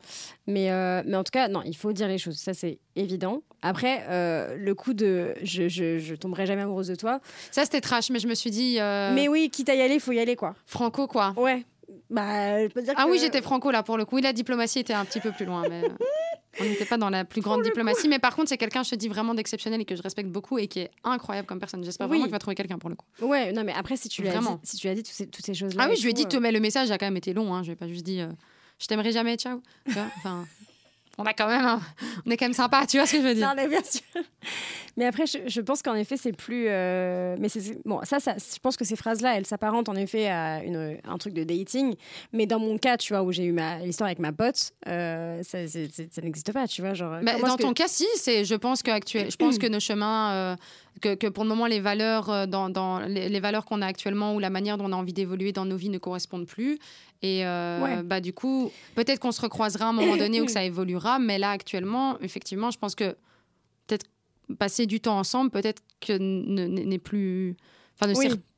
Mais en tout cas, non, il faut dire les choses, ça c'est évident. Après, le coup de je tomberai jamais amoureuse de toi. Ça c'était trash, mais je me suis dit. Mais oui, quitte à y aller, faut y aller, quoi. Franco, quoi. Ouais. Bah, je peux dire oui, j'étais franco là pour le coup. Oui, la diplomatie était un petit peu plus loin, mais on n'était pas dans la plus grande diplomatie. Mais par contre, c'est quelqu'un, je te dis, vraiment d'exceptionnel et que je respecte beaucoup et qui est incroyable comme personne. J'espère vraiment qu'il va trouver quelqu'un pour le coup. Ouais, non, mais après, si tu lui as dit toutes ces choses-là. Ah oui, je lui ai dit, mais le message a quand même été long. Hein. Je lui ai pas juste dit, je t'aimerai jamais, ciao. Tu vois, enfin. On est quand même sympa, tu vois ce que je veux dire. Non, mais bien sûr. Mais après, je pense qu'en effet, c'est plus. Mais bon, ça, je pense que ces phrases-là, elles s'apparentent en effet à un truc de dating. Mais dans mon cas, tu vois, où j'ai eu l'histoire avec ma pote, ça n'existe pas, tu vois. Genre, dans ton cas, si, je pense que nos chemins, que pour le moment, les valeurs, dans les valeurs qu'on a actuellement ou la manière dont on a envie d'évoluer dans nos vies ne correspondent plus. Et bah, du coup, peut-être qu'on se recroisera à un moment donné ou que ça évoluera. Mais là, actuellement, effectivement, je pense que peut-être passer du temps ensemble, peut-être que n'est plus... Enfin,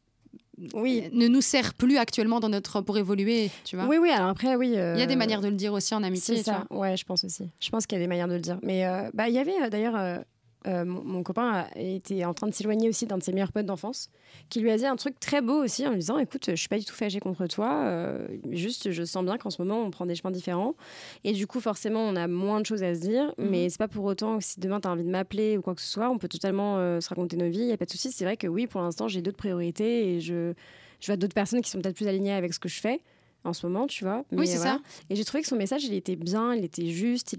ne nous sert plus actuellement pour évoluer, tu vois. Oui, alors après, oui... Il y a des manières de le dire aussi en amitié, c'est ça. Tu vois. Ouais, je pense aussi. Je pense qu'il y a des manières de le dire. Mais il y avait d'ailleurs... mon copain était en train de s'éloigner aussi d'un de ses meilleurs potes d'enfance, qui lui a dit un truc très beau aussi en lui disant écoute, je suis pas du tout fâchée contre toi, juste je sens bien qu'en ce moment on prend des chemins différents et du coup forcément on a moins de choses à se dire, mais c'est pas pour autant que si demain tu as envie de m'appeler ou quoi que ce soit, on peut totalement se raconter nos vies, il n'y a pas de souci. C'est vrai que oui, pour l'instant j'ai d'autres priorités et je vois d'autres personnes qui sont peut-être plus alignées avec ce que je fais en ce moment, tu vois. Mais oui, c'est ça. Et j'ai trouvé que son message, il était bien, il était juste, il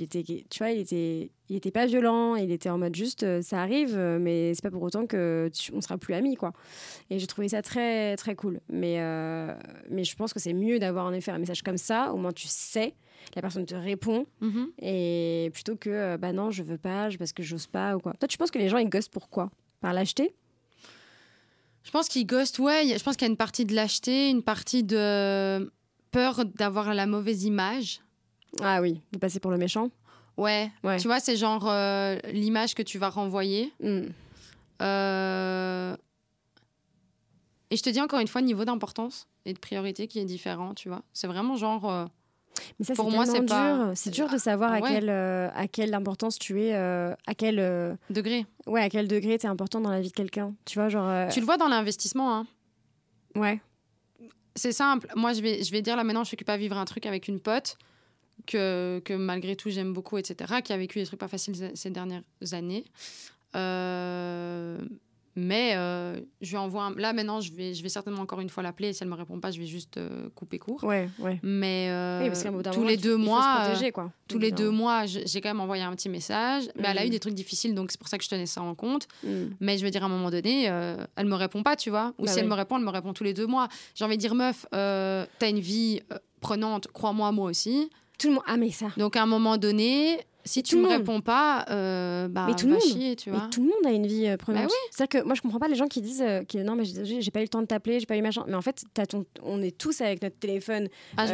était pas violent, il était en mode juste, ça arrive, mais c'est pas pour autant que on sera plus amis, quoi. Et j'ai trouvé ça très, très cool. Mais je pense que c'est mieux d'avoir en effet un message comme ça, au moins tu sais, la personne te répond, et plutôt que, bah non, je veux pas, parce que j'ose pas, ou quoi. Toi, tu penses que les gens, ils ghostent pourquoi? Par lâcheté? Je pense qu'ils ghostent, ouais. Je pense qu'il y a une partie de lâcheté, une partie de... peur d'avoir la mauvaise image. Ah oui, de passer pour le méchant. Ouais. Tu vois, c'est genre l'image que tu vas renvoyer. Et je te dis encore une fois, niveau d'importance et de priorité qui est différent, tu vois. C'est vraiment genre... Mais ça, pour moi, c'est dur. C'est dur de savoir à quelle importance tu es, à quel... degré. Ouais, à quel degré tu es important dans la vie de quelqu'un. Tu vois, genre... Tu le vois dans l'investissement, hein. Ouais. C'est simple. Moi, je vais dire là maintenant, je suis occupée à vivre un truc avec une pote. que malgré tout j'aime beaucoup, etc., qui a vécu des trucs pas faciles ces dernières années. Mais je lui envoie là maintenant je vais certainement encore une fois l'appeler et si elle me répond pas je vais juste couper court. Ouais. Mais Oui, parce qu'à un bout d'un tous moment, les 2 mois il faut se protéger, quoi. tous les 2 mois j'ai quand même envoyé un petit message, mais elle a eu des trucs difficiles donc c'est pour ça que je tenais ça en compte. Mais je veux dire à un moment donné elle me répond pas, tu vois, ou si elle me répond tous les 2 mois. J'ai envie de dire meuf, t'as une vie prenante, crois-moi, moi aussi. Tout le monde mais ça. Donc à un moment donné, si tu me réponds pas, mais tout le monde, chier, tu vois. Mais tout le monde a une vie prenante. Bah oui. C'est-à-dire que moi, je comprends pas les gens qui disent non, mais j'ai pas eu le temps de t'appeler, j'ai pas eu machin. Mais en fait, on est tous avec notre téléphone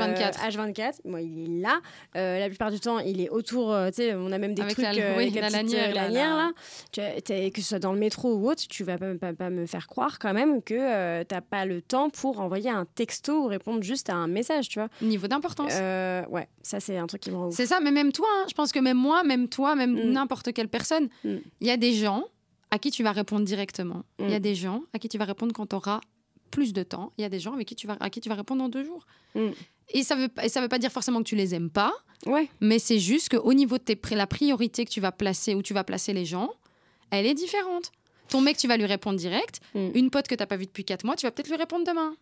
H24. Moi, il est là. La plupart du temps, il est autour. Tu sais, on a même des avec trucs avec la lanière là. Que ce soit dans le métro ou autre, tu vas pas me faire croire quand même que t'as pas le temps pour envoyer un texto ou répondre juste à un message, tu vois. Niveau d'importance. Ouais, ça c'est un truc qui me rend ouf. C'est ça, mais même toi, je pense que même moi, même toi, même n'importe quelle personne, il y a des gens à qui tu vas répondre directement. Il y a des gens à qui tu vas répondre quand tu auras plus de temps. Il y a des gens à qui tu vas répondre dans 2 jours. Et ça veut pas dire forcément que tu les aimes pas, mais c'est juste qu'au niveau de la priorité que tu vas placer, où tu vas placer les gens, elle est différente. Ton mec, tu vas lui répondre direct. Une pote que tu n'as pas vue depuis 4 mois, tu vas peut-être lui répondre demain.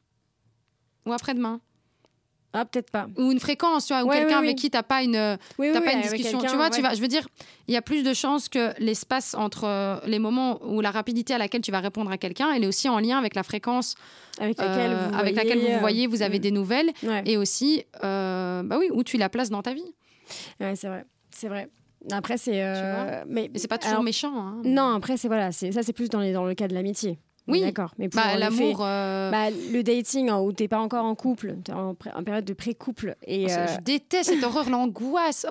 Ou après-demain. Ah, peut-être pas. Ou une fréquence, tu vois, ou quelqu'un avec qui t'as pas une discussion. Tu vois, je veux dire, il y a plus de chances que l'espace entre les moments où la rapidité à laquelle tu vas répondre à quelqu'un, elle est aussi en lien avec la fréquence avec laquelle vous vous voyez, vous avez des nouvelles, et aussi, où tu la places dans ta vie. Ouais, c'est vrai. Après, c'est. Mais c'est pas toujours méchant. Hein. Non, après, c'est plus dans le cas de l'amitié. Oui, d'accord. Mais pour l'amour. Le dating où t'es pas encore en couple, t'es en période de pré-couple. Et je déteste cette horreur, l'angoisse.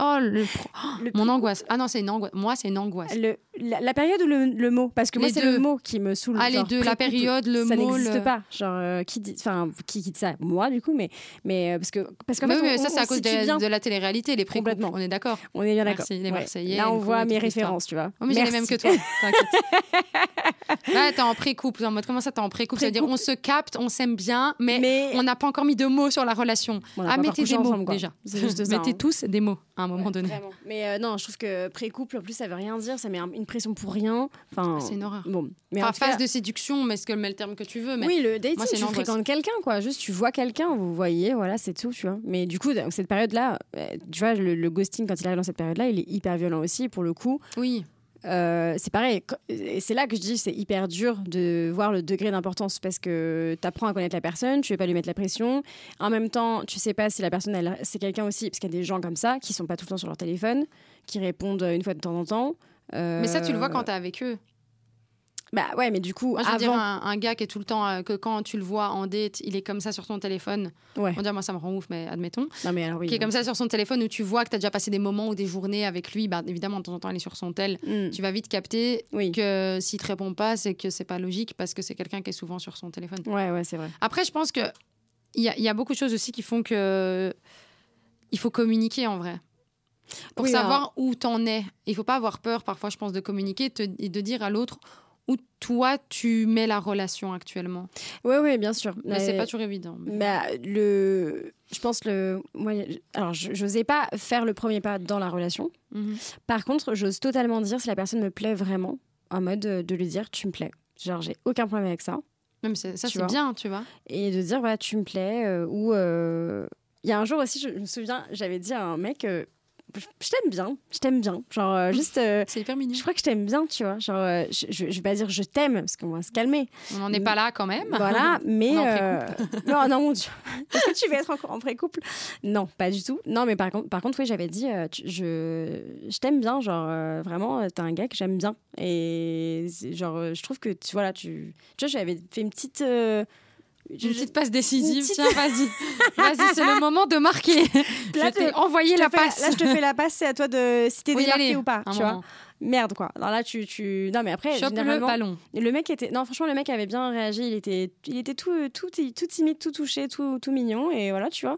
Mon angoisse. Ah non, c'est une angoisse. Moi, c'est une angoisse. La période ou le mot? Parce que moi, c'est le mot qui me saoule. Ah, les deux, la période, le ça mot. Ça n'existe pas. Genre, qui dit ça? Moi, du coup, mais parce qu'en fait, mais ça, c'est à cause de la télé-réalité, les pré-couples. On est d'accord. On est bien d'accord. Merci, les Marseillais. Là, on voit mes références, tu vois. Mais j'ai les mêmes que toi. T'inquiète. Là, t'es en pré-couple. En mode, comment ça, t'es en pré-couple? C'est-à-dire, on se capte, on s'aime bien, mais on n'a pas encore mis de mots sur la relation. Mettez des mots, déjà. Mettez tous des mots à un moment donné. Vraiment. Mais non, je trouve que pré-couple, en plus, ça veut rien dire. Ça met une pression pour rien. C'est une horreur. Bon. Phase de séduction, mais le terme que tu veux. Mais oui, le dating, tu fréquentes quelqu'un, quoi. Juste, tu vois quelqu'un, vous voyez, voilà, c'est tout, tu vois. Mais du coup, dans cette période-là, tu vois, le ghosting, quand il arrive dans cette période-là, il est hyper violent aussi, pour le coup. Oui. C'est pareil, et c'est là que je dis c'est hyper dur de voir le degré d'importance parce que tu apprends à connaître la personne, tu veux pas lui mettre la pression. En même temps, tu sais pas si la personne, c'est quelqu'un aussi, parce qu'il y a des gens comme ça qui sont pas tout le temps sur leur téléphone, qui répondent une fois de temps en temps. Mais ça, tu le vois quand t'es avec eux. Bah ouais, mais du coup, moi, je veux dire, un gars qui est tout le temps, que quand tu le vois en date, il est comme ça sur ton téléphone. Ouais. On dirait, moi, ça me rend ouf, mais admettons. Non, mais alors, oui, qui est comme ça sur son téléphone où tu vois que tu as déjà passé des moments ou des journées avec lui. Bah, évidemment, de temps en temps, il est sur son tel. Tu vas vite capter que s'il te répond pas, c'est que c'est pas logique parce que c'est quelqu'un qui est souvent sur son téléphone. Ouais, c'est vrai. Après, je pense qu'il y a beaucoup de choses aussi qui font que il faut communiquer en vrai. Pour savoir où t'en es. Il faut pas avoir peur, parfois, je pense, de communiquer et de dire à l'autre où toi, tu mets la relation actuellement. Oui, bien sûr. Mais c'est pas toujours évident. Je pense moi, alors, je n'osais pas faire le premier pas dans la relation. Par contre, j'ose totalement dire si la personne me plaît vraiment, en mode de lui dire, tu me plais. Genre, j'ai aucun problème avec ça. Même ça, c'est bien, tu vois. Et de dire, voilà, tu me plais. Ou il y a un jour aussi, je me souviens, j'avais dit à un mec... je t'aime bien, genre juste c'est hyper mignon. Je crois que je t'aime bien, tu vois, genre je vais pas dire je t'aime parce qu'on va se calmer, on n'en est pas là quand même, voilà, mais non mon Dieu, est-ce que tu veux être en pré-couple? Non, pas du tout, non, mais par contre oui, j'avais dit je t'aime bien, genre vraiment t'es un gars que j'aime bien, et genre je trouve que tu vois, j'avais fait une petite passe décisive. Tiens, vas-y, c'est le moment de marquer. Là, je t'ai envoyé la passe. Là, je te fais la passe, c'est à toi de si t'es démarqué ou pas, tu vois. Merde, quoi. Alors là, non, mais après, chope généralement, le ballon. Le mec franchement, le mec avait bien réagi. Il était tout timide, tout touché, tout mignon, et voilà, tu vois.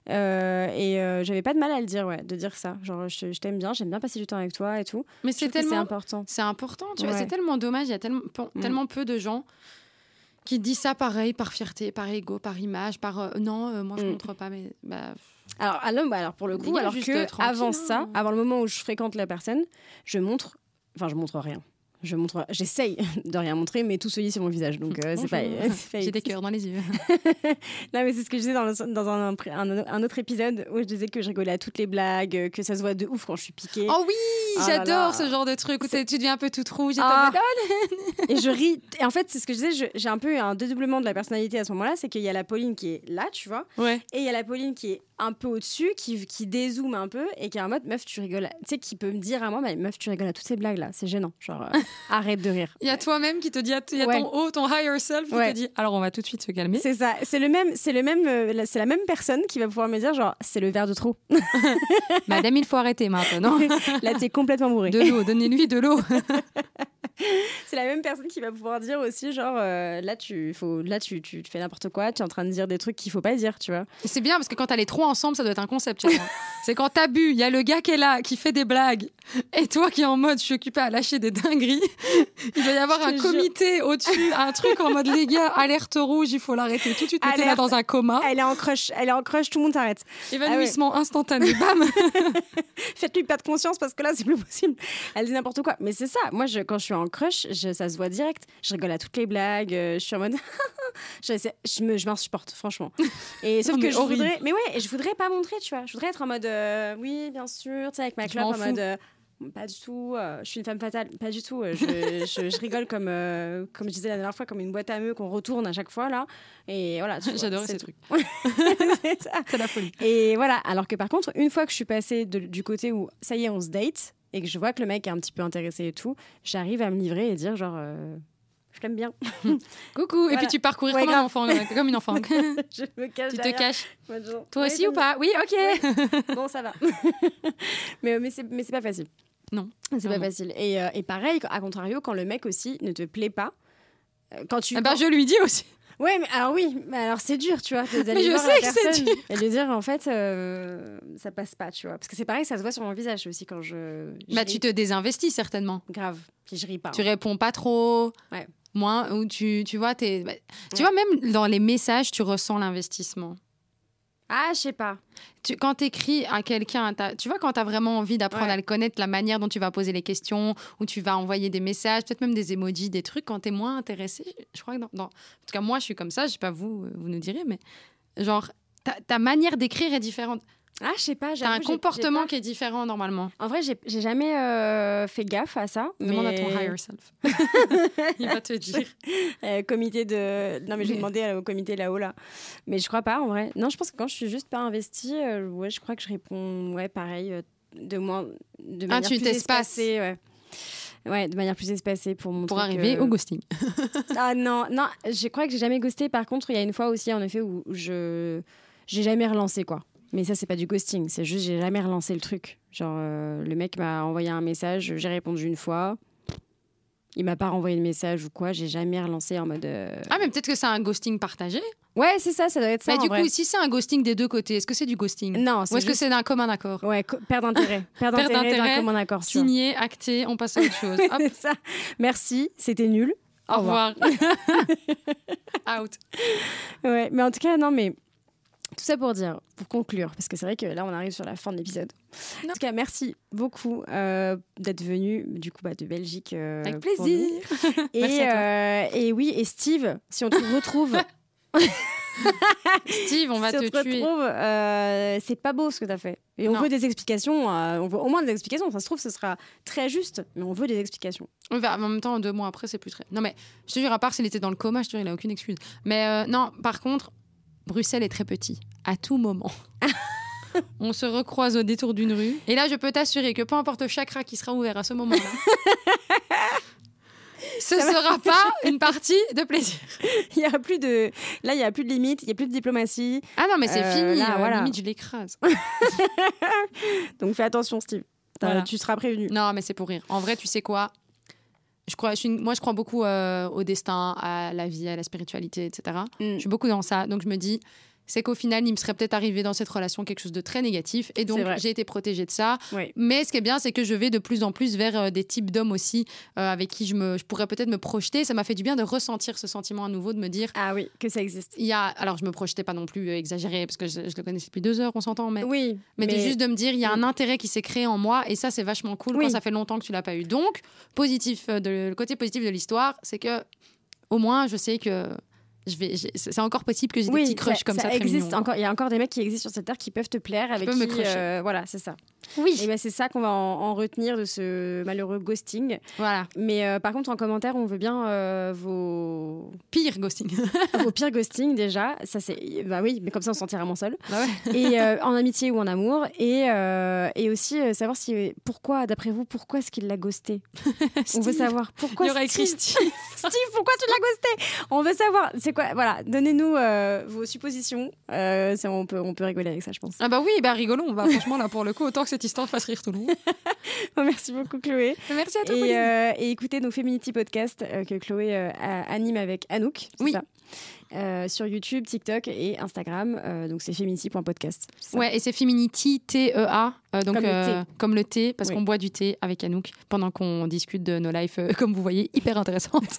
J'avais pas de mal à le dire, de dire ça. Genre, je t'aime bien, j'aime bien passer du temps avec toi et tout. Mais c'est important. C'est important, tu vois. C'est tellement dommage. Il y a tellement peu de gens qui dit ça pareil, par fierté, par ego, par image, par non, moi je montre pas, mais Alors pour le coup, alors que avant ça, avant le moment où je fréquente la personne, je montre rien. J'essaye de rien montrer, mais tout se lit sur mon visage. Donc, c'est pas j'ai des cœurs dans les yeux. Non, mais c'est ce que je disais dans un autre épisode où je disais que je rigolais à toutes les blagues, que ça se voit de ouf quand je suis piquée. Oh oui, j'adore ce genre de truc où tu deviens un peu toute rouge et je ris. Et en fait, c'est ce que je disais, j'ai un peu un dédoublement de la personnalité à ce moment-là, c'est qu'il y a la Pauline qui est là, tu vois, ouais. Et il y a la Pauline qui est un peu au-dessus, qui dézoome un peu et qui est en mode meuf, tu rigoles. Tu sais, qui peut me dire à moi, mais meuf, tu rigoles à toutes ces blagues là, c'est gênant. Genre, arrête de rire. Il y a toi-même qui te dit, il y a ton higher self qui te dit, alors on va tout de suite se calmer. C'est ça, c'est la même personne qui va pouvoir me dire, genre, c'est le verre de trop. Madame, il faut arrêter maintenant. Là, t'es complètement bourré. De l'eau, donnez-lui de l'eau. C'est la même personne qui va pouvoir dire aussi, genre, là, tu fais n'importe quoi, tu es en train de dire des trucs qu'il faut pas dire, tu vois. Et c'est bien parce que quand t'as les trois ensemble, ça doit être un concept. C'est quand t'as bu, il y a le gars qui est là, qui fait des blagues, et toi qui es en mode, je suis occupée à lâcher des dingueries. Il va y avoir un comité au-dessus, un truc en mode, les gars, alerte rouge, il faut l'arrêter tout de suite, mettez-la dans un coma. Elle est en crush, tout le monde s'arrête. Évanouissement instantané, bam. Faites-lui pas de conscience parce que là, c'est plus possible. Elle dit n'importe quoi. Mais c'est ça, moi, quand je suis en crush, ça se voit direct. Je rigole à toutes les blagues, je suis en mode... je m'insupporte, franchement. Et sauf que je voudrais pas montrer, tu vois. Je voudrais être en mode, oui, bien sûr, tu sais, avec ma clope, en mode... pas du tout, je suis une femme fatale, pas du tout. Je rigole comme je disais la dernière fois, comme une boîte à meux qu'on retourne à chaque fois là. Et voilà. J'adorais ces trucs. C'est ça. C'est la folie. Et voilà. Alors que par contre, une fois que je suis passée du côté où ça y est, on se date et que je vois que le mec est un petit peu intéressé et tout, j'arrive à me livrer et dire genre. Je l'aime bien. Coucou. Voilà. Et puis tu parcourir comme un enfant, comme une enfant. Je me cache. Tu te caches. Toi aussi ou pas? Oui, ok. Bon, ça va. mais c'est pas facile. Non. C'est pas facile. Et pareil, à contrario, quand le mec aussi ne te plaît pas, je lui dis aussi. Ouais, mais alors c'est dur, tu vois, d'aller voir la personne et lui dire en fait ça passe pas, tu vois, parce que c'est pareil, ça se voit sur mon visage aussi quand je tu te désinvestis certainement. Grave, puis je ris pas. Tu réponds pas trop. Ouais. Moins ou tu vois tu vois même dans les messages tu ressens l'investissement. Ah, je sais pas. Quand tu écris à quelqu'un, tu vois, quand tu as vraiment envie d'apprendre à le connaître, la manière dont tu vas poser les questions, où tu vas envoyer des messages, peut-être même des emojis, des trucs, quand tu es moins intéressé, je crois que en tout cas, moi, je suis comme ça, je sais pas vous nous direz, mais genre, ta manière d'écrire est différente. Ah, je sais pas. T'as un comportement qui est différent normalement. En vrai, j'ai jamais fait gaffe à ça. Demande à ton higher self. Il va te dire. Comité de. Non, mais je vais demander au comité là-haut là. Mais je crois pas en vrai. Non, je pense que quand je suis juste pas investie, je crois que je réponds pareil de manière plus espacée. Ouais, de manière plus espacée pour montrer. Pour arriver au ghosting. Ah non, je crois que j'ai jamais ghosté. Par contre, il y a une fois aussi en effet où j'ai jamais relancé quoi. Mais ça, c'est pas du ghosting, c'est juste j'ai jamais relancé le truc. Genre, le mec m'a envoyé un message, j'ai répondu une fois, il m'a pas renvoyé de message ou quoi, j'ai jamais relancé en mode... Ah, mais peut-être que c'est un ghosting partagé. Ouais, c'est ça doit être ça. Mais du coup, si c'est un ghosting des deux côtés, est-ce que c'est du ghosting? Non, ou est-ce que c'est d'un commun accord? Ouais, perte d'intérêt. Perte d'intérêt d'un commun accord. Signé, acté, on passe à autre chose. Hop. C'est ça. Merci, c'était nul. Au revoir. Out. Ouais, mais en tout cas, non, mais... Tout ça pour conclure, parce que c'est vrai que là, on arrive sur la fin de l'épisode. En tout cas, merci beaucoup d'être venu, du coup, de Belgique. Avec plaisir. Merci à toi. Et oui, et Steve, si on te retrouve... Steve, on va te tuer. C'est pas beau ce que t'as fait. Et on veut des explications, on veut au moins des explications. Ça se trouve, ce sera très juste, mais on veut des explications. En même temps, 2 mois après, c'est plus très... Non, mais je te jure, à part s'il était dans le coma, je te jure, il a aucune excuse. Mais non, par contre... Bruxelles est très petit, à tout moment. On se recroise au détour d'une rue. Et là, je peux t'assurer que peu importe le chakra qui sera ouvert à ce moment-là, ce ne sera pas une partie de plaisir. Il n'y a plus de limite, il n'y a plus de diplomatie. Ah non, mais c'est fini. Là, voilà. Limite, je l'écrase. Donc fais attention, Steve. Voilà. Tu seras prévenu. Non, mais c'est pour rire. En vrai, tu sais quoi ? Moi, je crois beaucoup au destin, à la vie, à la spiritualité, etc. Je suis beaucoup dans ça. Donc, je me dis, c'est qu'au final, il me serait peut-être arrivé dans cette relation quelque chose de très négatif. Et donc, j'ai été protégée de ça. Oui. Mais ce qui est bien, c'est que je vais de plus en plus vers des types d'hommes aussi avec qui je pourrais peut-être me projeter. Ça m'a fait du bien de ressentir ce sentiment à nouveau, de me dire... Ah oui, que ça existe. Alors, je me projetais pas non plus exagéré, parce que je le connaissais depuis 2 heures, on s'entend. Mais, oui, mais juste de me dire, il y a un intérêt qui s'est créé en moi. Et ça, c'est vachement cool quand ça fait longtemps que tu l'as pas eu. Donc, le côté positif de l'histoire, c'est que au moins, je sais que... c'est encore possible que j'ai des petits crushs comme ça très existe mignons. Il y a encore des mecs qui existent sur cette terre qui peuvent te plaire, avec qui me crusher. Voilà, c'est ça. Oui. Et ben c'est ça qu'on va en retenir de ce malheureux ghosting. Voilà. Mais par contre, en commentaire, on veut bien vos pires ghosting. Vos pires ghosting déjà. Ça c'est oui, mais comme ça on se sentira moins seul. Ah ouais. Et en amitié ou en amour. Et aussi savoir d'après vous, pourquoi est-ce qu'il l'a ghosté. On veut savoir pourquoi. Il y aurait écrit Steve. Steve, pourquoi tu l'as ghosté. On veut savoir. C'est quoi. Voilà, donnez-nous vos suppositions. On peut rigoler avec ça, je pense. Ah bah oui, rigolons. Franchement là pour le coup, autant que cette histoire fasse rire tout le monde. Merci beaucoup Chloé. Merci à toi. Et écoutez nos Feminity Podcast que Chloé anime avec Anouk. Oui. Ça. Sur YouTube, TikTok et Instagram. Donc c'est feminity.podcast. Ouais, et c'est Feminity, TEA, donc comme le thé, parce qu'on boit du thé avec Anouk pendant qu'on discute de nos lives, comme vous voyez, hyper intéressantes.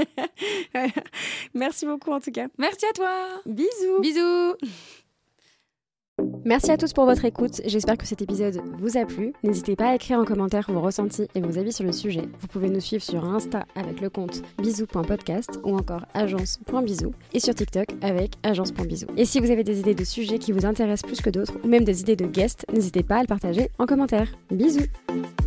Merci beaucoup en tout cas. Merci à toi. Bisous. Bisous. Merci à tous pour votre écoute, j'espère que cet épisode vous a plu. N'hésitez pas à écrire en commentaire vos ressentis et vos avis sur le sujet. Vous pouvez nous suivre sur Insta avec le compte bisous.podcast ou encore agence.bisous et sur TikTok avec agence.bisous. Et si vous avez des idées de sujets qui vous intéressent plus que d'autres ou même des idées de guests, n'hésitez pas à le partager en commentaire. Bisous.